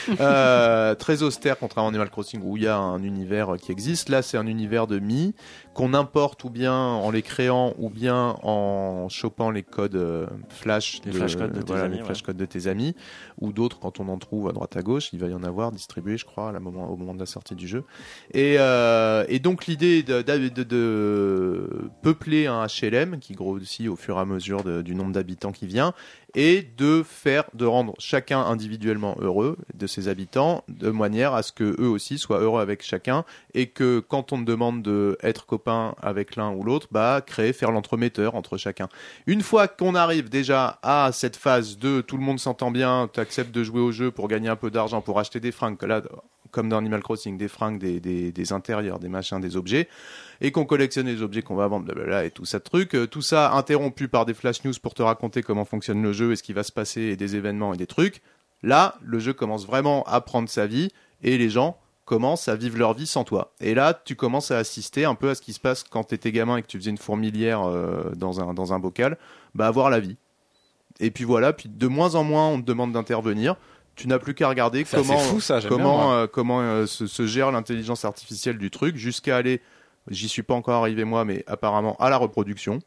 euh, très austère, contrairement à Animal Crossing, où il y a un univers qui existe. Là, c'est un univers de Mi qu'on importe ou bien en les créant ou bien en chopant les codes euh, flash, Les flashcodes de tes voilà, amis, les ouais. flashcodes de tes amis, ou d'autres quand on en trouve à droite à gauche. Il va y en avoir distribués, je crois, à la moment, au moment de la sortie du jeu. Et, euh, et donc l'idée de, de, de, de peupler un H L M qui grossit au fur et à mesure de, du nombre d'habitants qui vient, et de faire, de rendre chacun individuellement heureux de ses habitants, de manière à ce que eux aussi soient heureux avec chacun, et que quand on te demande de être copain avec l'un ou l'autre, bah créer, faire l'entremetteur entre chacun. Une fois qu'on arrive déjà à cette phase de tout le monde s'entend bien, tu acceptes de jouer au jeu pour gagner un peu d'argent, pour acheter des fringues, que là, comme dans Animal Crossing, des fringues, des, des, des intérieurs, des machins, des objets, et qu'on collectionne les objets qu'on va vendre, blablabla, et tout ça de truc, euh, tout ça interrompu par des flash news pour te raconter comment fonctionne le jeu et ce qui va se passer, et des événements et des trucs. Là, le jeu commence vraiment à prendre sa vie, et les gens commencent à vivre leur vie sans toi. Et là, tu commences à assister un peu à ce qui se passe quand t'étais gamin et que tu faisais une fourmilière euh, dans, un, dans un bocal, bah avoir la vie. Et puis voilà, puis de moins en moins on te demande d'intervenir, tu n'as plus qu'à regarder C'est assez comment fou, ça, j'aime bien, comment moi. euh, comment euh, se, se gère l'intelligence artificielle du truc jusqu'à aller, j'y suis pas encore arrivé moi, mais apparemment à la reproduction.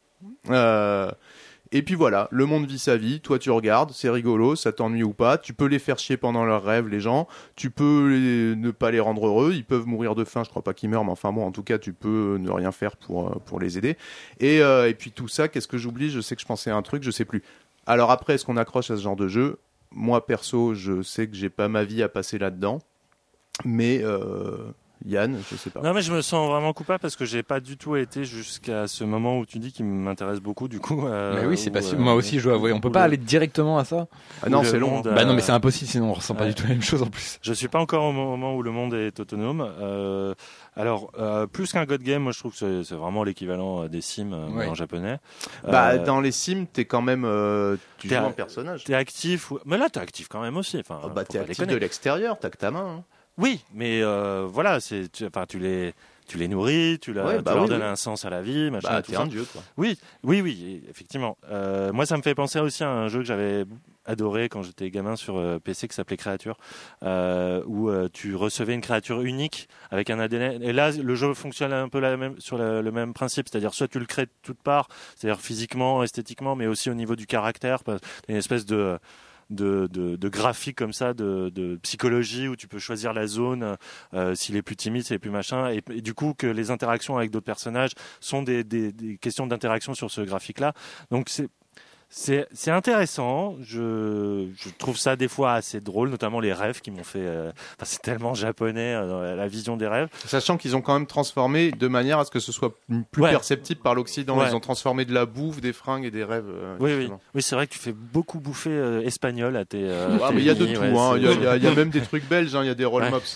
Euh, et puis voilà, le monde vit sa vie, toi tu regardes, c'est rigolo, ça t'ennuie ou pas, tu peux les faire chier pendant leurs rêves les gens, tu peux les- ne pas les rendre heureux, ils peuvent mourir de faim, je crois pas qu'ils meurent, mais enfin bon, en tout cas tu peux ne rien faire pour, euh, pour les aider. Et, euh, et puis tout ça, qu'est-ce que j'oublie? Je sais que je pensais à un truc, je sais plus. Alors après, est-ce qu'on accroche à ce genre de jeu? Moi perso, je sais que j'ai pas ma vie à passer là-dedans, mais euh, Yann, je sais pas. Non mais je me sens vraiment coupable parce que j'ai pas du tout été jusqu'à ce moment où tu dis qu'il m'intéresse beaucoup du coup. euh, Mais oui, c'est où, pas euh, sûr. Moi aussi, je dois avouer. On peut où pas le- aller directement à ça. Ah non, où le c'est long. monde, Bah non, euh, mais c'est impossible, sinon on ressent pas ouais. du tout la même chose en plus. Je suis pas encore au moment où le monde est autonome. Euh, alors, euh, plus qu'un God Game, moi je trouve que c'est, c'est vraiment l'équivalent euh, des Sims euh, mais Ouais. en japonais. Bah, Euh, dans les Sims, t'es quand même, euh, tu t'es joues à- un personnage. T'es actif, ou- mais là t'es actif quand même aussi. Enfin, Ah bah, faut t'es pas actif déconner. de l'extérieur, t'as que ta main. hein. Oui, mais euh, voilà, c'est, tu, enfin, tu les, tu les nourris, tu, la- Ouais, tu bah leur oui, donnes oui. un sens à la vie, machin. Bah, tout t'es ça. un dieu, quoi. Oui, oui, oui, effectivement. Euh, moi, ça me fait penser aussi à un jeu que j'avais adoré quand j'étais gamin sur euh, P C qui s'appelait Créature, euh, où euh, tu recevais une créature unique avec un A D N. Et là, le jeu fonctionne un peu la même, sur la- le même principe, c'est-à-dire soit tu le crées de toutes parts, c'est-à-dire physiquement, esthétiquement, mais aussi au niveau du caractère, parce- une espèce de de, de, de graphique comme ça, de, de psychologie où tu peux choisir la zone, euh, s'il est plus timide, s'il est plus machin, et, et du coup que les interactions avec d'autres personnages sont des, des, des questions d'interaction sur ce graphique-là. Donc c'est c'est c'est intéressant. Je je trouve ça des fois assez drôle, notamment les rêves qui m'ont fait. euh, Enfin, c'est tellement japonais euh, dans la, la vision des rêves. Sachant qu'ils ont quand même transformé de manière à ce que ce soit plus Ouais. perceptible par l'Occident. Ouais. Ils ont transformé de la bouffe, des fringues et des rêves. euh, Oui, oui, justement. oui, c'est vrai que tu fais beaucoup bouffer euh, espagnol à tes. euh, Ah, tes mais il y a de amis, tout. ouais, hein. c'est- Il y, a- il y a- il y a même des trucs belges. hein. Il y a des roll Ouais. mops.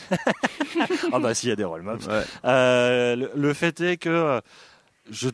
Ah bah si, il y a des roll mops. Ouais. Euh, le, le fait est que euh, je,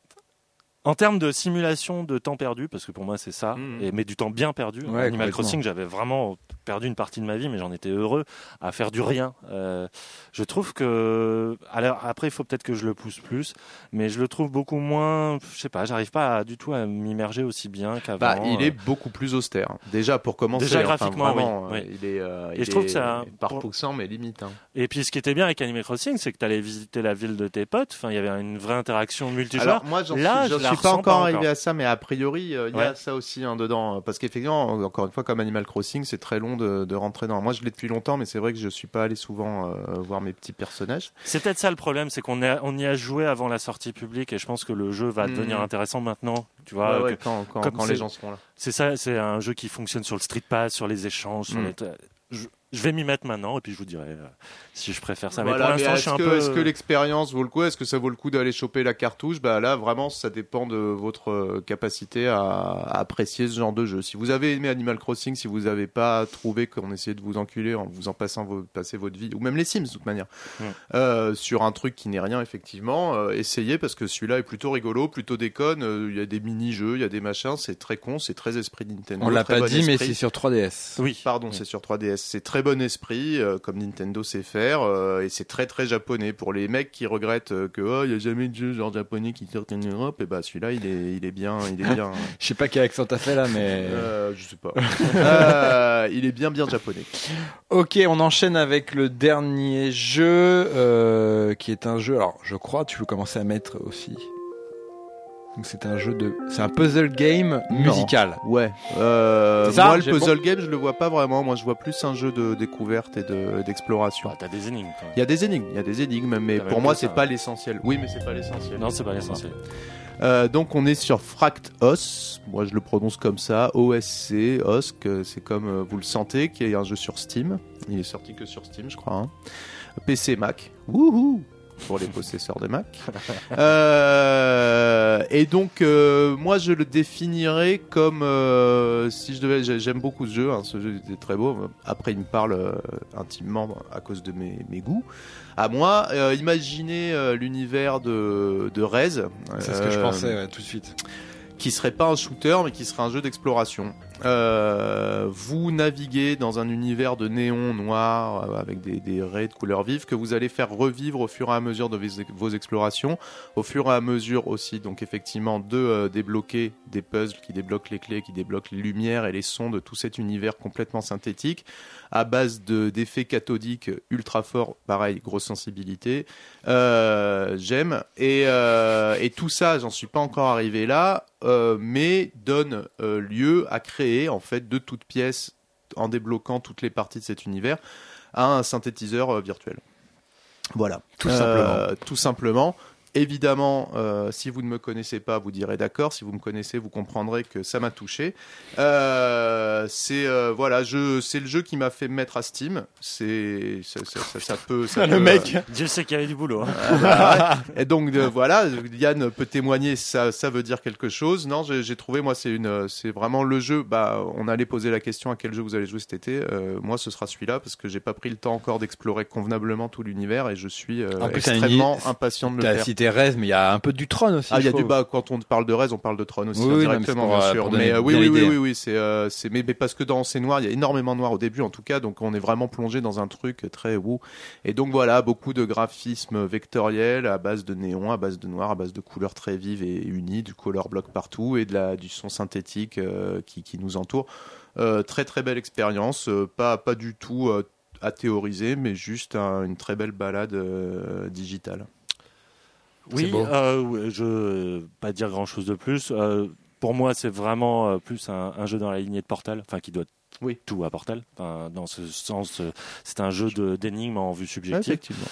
en termes de simulation de temps perdu, parce que pour moi c'est ça, Mhm. et, mais du temps bien perdu. Ouais, Animal complètement. Crossing, j'avais vraiment perdu une partie de ma vie, mais j'en étais heureux à faire du rien. Euh, je trouve que, alors après il faut peut-être que je le pousse plus, mais je le trouve beaucoup moins. Je sais pas, j'arrive pas à- du tout à m'immerger aussi bien qu'avant. Bah, il euh. est beaucoup plus austère. Déjà pour commencer. Déjà, enfin, graphiquement, vraiment, oui, euh, oui. Il est. euh, Et il je trouve est que ça- par pour- poussant, mais limite. hein. Et puis ce qui était bien avec Animal Crossing, c'est que tu allais visiter la ville de tes potes. Enfin, il y avait une vraie interaction multijoueur. Alors moi, j'en Là, suis, j'en je la suis pas ressens encore pas arrivé encore. à ça, mais a priori, euh, il y a Ouais. ça aussi hein, dedans. Parce qu'effectivement, encore une fois, comme Animal Crossing, c'est très long de, de rentrer dans. Moi, je l'ai depuis longtemps, mais c'est vrai que je suis pas allé souvent euh, voir mes petits personnages. C'est peut-être ça le problème, c'est qu'on a- on y a joué avant la sortie publique et je pense que le jeu va Mhm. devenir intéressant maintenant. Tu vois, Ouais, ouais, que- quand quand, comme quand c'est- les gens seront là. c'est ça, c'est un jeu qui fonctionne sur le Street Pass, sur les échanges. Sur Mhm. les- je, je vais m'y mettre maintenant et puis je vous dirai euh, si je préfère ça. Voilà, mais pour mais l'instant, je est-ce suis un que, peu. est-ce que l'expérience vaut le coup? Est-ce que ça vaut le coup d'aller choper la cartouche? Bah là, vraiment, ça dépend de votre euh, capacité à, à apprécier ce genre de jeu. Si vous avez aimé Animal Crossing, si vous n'avez pas trouvé qu'on essayait de vous enculer en vous en passant vos, passer votre vie, ou même les Sims de toute manière, Mm. euh, sur un truc qui n'est rien effectivement, euh, essayez parce que celui-là est plutôt rigolo, plutôt déconne. euh, Il y a des mini-jeux, il y a des machins, c'est très con, c'est très esprit Nintendo. On l'a très pas bon dit, mais esprit. c'est sur trois D S. Oui. Pardon, c'est sur trois D S. C'est très bon esprit, euh, comme Nintendo sait faire, euh, et c'est très très japonais. Pour les mecs qui regrettent euh, que oh, il y a jamais de jeu genre japonais qui sortent en Europe, et bah celui-là il est il est bien, il est bien. Je sais pas quel accent t'as fait là, mais. euh, je sais pas. Euh, il est bien bien japonais. Ok, on enchaîne avec le dernier jeu, euh, qui est un jeu. Alors, je crois, tu veux commencer à mettre aussi. Donc, c'est un jeu de. C'est un puzzle game musical. Ouais. Euh, C'est ça, moi le j'ai puzzle game je le vois pas vraiment. Moi je vois plus un jeu de découverte et de d'exploration. Bah, t'as des énigmes. quand même. Il y a des énigmes, il y a des énigmes, mais T'as pour même moi que c'est ça. pas l'essentiel. Oui, mais c'est pas l'essentiel. Non, c'est pas l'essentiel. Euh, donc on est sur Fract Os, moi je le prononce comme ça, O S C, Osk, euh, c'est comme euh, vous le sentez, qui est un jeu sur Steam. Il est sorti que sur Steam, je crois. hein. P C, Mac, wouhou, pour les possesseurs de Mac. Euh, et donc euh, moi je le définirais comme euh, si je devais, j'ai- j'aime beaucoup ce jeu, hein, ce jeu était très beau. Après il me parle euh, intimement à cause de mes, mes goûts. À moi, euh, imaginez euh, l'univers de, de Rez. C'est ce que je Euh, pensais ouais, tout de suite. qui serait pas un shooter mais qui serait un jeu d'exploration. Euh, vous naviguez dans un univers de néon noir euh, avec des, des raies de couleurs vives que vous allez faire revivre au fur et à mesure de vos, vos explorations, au fur et à mesure aussi donc effectivement de euh, débloquer des puzzles qui débloquent les clés, qui débloquent les lumières et les sons de tout cet univers complètement synthétique à base de, d'effets cathodiques ultra forts, pareil, grosse sensibilité. Euh, j'aime et, euh, et tout ça, j'en suis pas encore arrivé là, euh, mais donne euh, lieu à créer en fait de toutes pièces, en débloquant toutes les parties de cet univers, à un synthétiseur euh, virtuel. Voilà, tout euh, simplement. Tout simplement. Évidemment, euh, si vous ne me connaissez pas, vous direz d'accord. Si vous me connaissez, vous comprendrez que ça m'a touché. Euh, c'est euh, voilà, je, c'est le jeu qui m'a fait me mettre à Steam. C'est ça, ça, ça, ça peut. Ça le peut, mec. euh, Dieu sait qu'il y avait du boulot. Hein. euh, voilà. Et donc de, voilà, Yann peut témoigner. Ça, ça veut dire quelque chose. Non, j'ai, j'ai trouvé moi, c'est une, c'est vraiment le jeu. Bah, on allait poser la question à quel jeu vous allez jouer cet été. Euh, moi, ce sera celui-là parce que j'ai pas pris le temps encore d'explorer convenablement tout l'univers et je suis euh, En plus, t'as une extrêmement idée- impatient de le T'as faire. cité Rez, mais il y a un peu du Tron aussi. Ah, il y a je du trouve. bas quand on parle de Rez, on parle de Tron aussi Oui, hein, oui, directement, non, mais c'est pour, bien euh, sûr. pour donner Mais euh, oui, bien oui, oui, l'idée. oui, oui, c'est, euh, c'est, mais, mais parce que dans C'est Noir, il y a énormément de noir au début, en tout cas, donc on est vraiment plongé dans un truc très wou. Et donc voilà, beaucoup de graphisme vectoriel à base de néon, à base de noir, à base de couleurs très vives et unies, du color block partout et de la du son synthétique euh, qui qui nous entoure. Euh, très très belle expérience, euh, pas pas du tout euh, à théoriser, mais juste un- une très belle balade euh, digitale. Oui, beau. euh, ouais, je vais pas dire grand chose de plus. Euh, pour moi, c'est vraiment euh, plus un, un jeu dans la lignée de Portal, enfin qui doit Oui. tout à Portal. Enfin, dans ce sens, euh, c'est un jeu de, d'énigmes en vue subjective, Effectivement.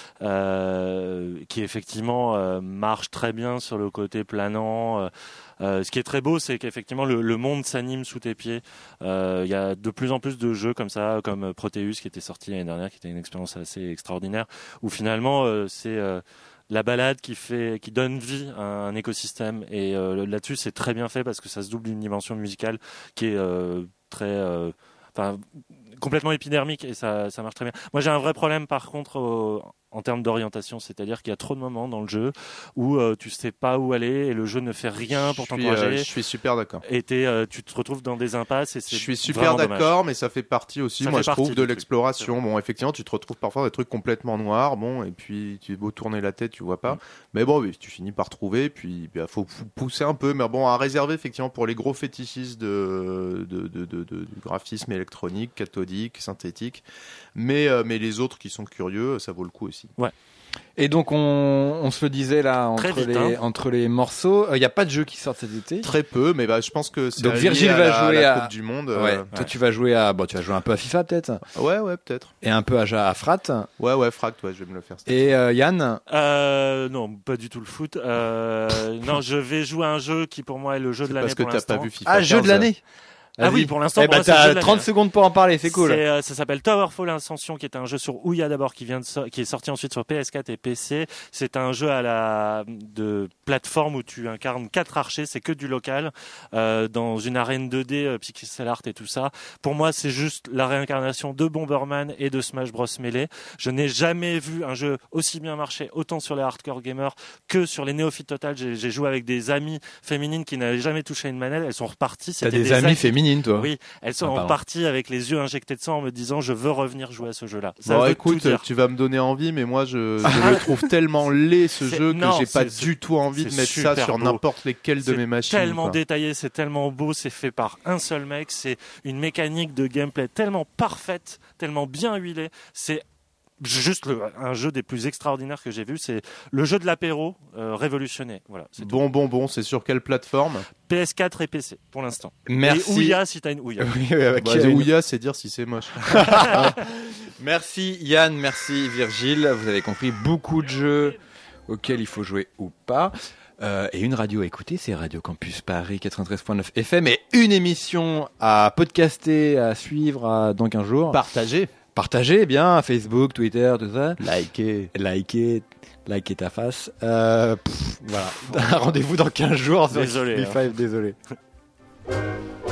euh, qui effectivement euh, marche très bien sur le côté planant. Euh, euh, ce qui est très beau, c'est qu'effectivement le, le monde s'anime sous tes pieds. Euh, Il y a de plus en plus de jeux comme ça, comme Proteus qui était sorti l'année dernière, qui était une expérience assez extraordinaire, où finalement euh, c'est euh, la balade qui fait, qui donne vie à un écosystème. Et euh, là-dessus, c'est très bien fait parce que ça se double d'une dimension musicale qui est euh, très, euh, enfin, complètement épidermique et ça, ça marche très bien. Moi, j'ai un vrai problème par contre euh, en termes d'orientation, c'est-à-dire qu'il y a trop de moments dans le jeu où euh, tu sais pas où aller et le jeu ne fait rien pour Je suis, t'encourager. euh, je suis super d'accord. Et t'es, euh, tu te retrouves dans des impasses et c'est Je suis super vraiment dommage. d'accord, mais ça fait partie aussi, Ça moi fait je trouve, partie de du truc. l'exploration. Bon, effectivement, tu te retrouves parfois dans des trucs complètement noirs, bon, et puis tu es beau tourner la tête, tu vois pas. Mm. Mais bon, oui, tu finis par trouver, puis il faut pou- pousser un peu, mais bon, à réserver effectivement pour les gros fétichistes de, de, de, de, de- du graphisme électronique, cathodique, synthétique. Mais, euh, mais les autres qui sont curieux, ça vaut le coup aussi. Et donc on, on se le disait là entre, Très vite, les, hein. entre les morceaux, il n'y a pas de jeu qui sort cet été. Très peu, mais bah, je pense que c'est Donc lié Virgile à va la, jouer la à- Coupe du Monde. Ouais. euh, Toi tu vas jouer à bon tu vas jouer un peu à FIFA peut-être ouais, ouais, peut-être. et un peu à, Ja- à Frat Ouais, ouais, Fract, ouais, je vais me le faire. et euh, Yann. Euh, non, pas du tout le foot. Euh, non, je vais jouer à un jeu qui pour moi est le jeu de C'est l'année parce que pour t'as l'instant. pas vu FIFA. Ah jeu de quinze. l'année. Ah Vas-y. oui, pour l'instant, Eh pour ben moi, c'est le jeu t'as de trente l'année. secondes pour en parler, c'est cool. C'est, euh, ça s'appelle Towerfall Ascension, qui est un jeu sur Ouya d'abord, qui vient de so- qui est sorti ensuite sur P S quatre et P C. C'est un jeu à la de plateforme où tu incarnes quatre archers, c'est que du local, euh, dans une arène deux D, euh, pixel art et tout ça. Pour moi, c'est juste la réincarnation de Bomberman et de Smash Bros Melee. Je n'ai jamais vu un jeu aussi bien marcher, autant sur les hardcore gamers que sur les néophytes total. J'ai, j'ai joué avec des amies féminines qui n'avaient jamais touché à une manette. Elles sont reparties. T'as C'était des amies amis- féminines toi. Oui, elles sont Ah, pardon. reparties avec les yeux injectés de sang en me disant je veux revenir jouer à ce jeu-là. Ça Bon, veut écoute, tout dire. tu vas me donner envie, mais moi je, je le trouve tellement laid ce C'est- jeu que non, j'ai pas c'est- du tout envie de c'est mettre ça super sur beau. n'importe lesquelles de C'est mes machines. tellement quoi. détaillé, c'est tellement beau, c'est fait par un seul mec, c'est une mécanique de gameplay tellement parfaite, tellement bien huilée, c'est juste le- un jeu des plus extraordinaires que j'ai vu, c'est le jeu de l'apéro euh, révolutionné. Voilà, c'est tout. Bon, bon, bon, c'est sur quelle plateforme? P S quatre et P C pour l'instant. Merci. Et Ouya si t'as une Ouya. Oui, oui, avec Bah, qui- Ouya, c'est dire si c'est moche. Merci Yann, merci Virgile. Vous avez compris beaucoup de jeux auxquels il faut jouer ou pas. Euh, et une radio à écouter, c'est Radio Campus Paris quatre-vingt-treize virgule neuf F M et une émission à podcaster, à suivre à, dans quinze jours. Partagez. Partagez bien, Facebook, Twitter, tout ça. Likez. Likez, likez ta face. Euh, pff, voilà. Rendez-vous dans quinze jours sur Désolé, B cinq, désolé.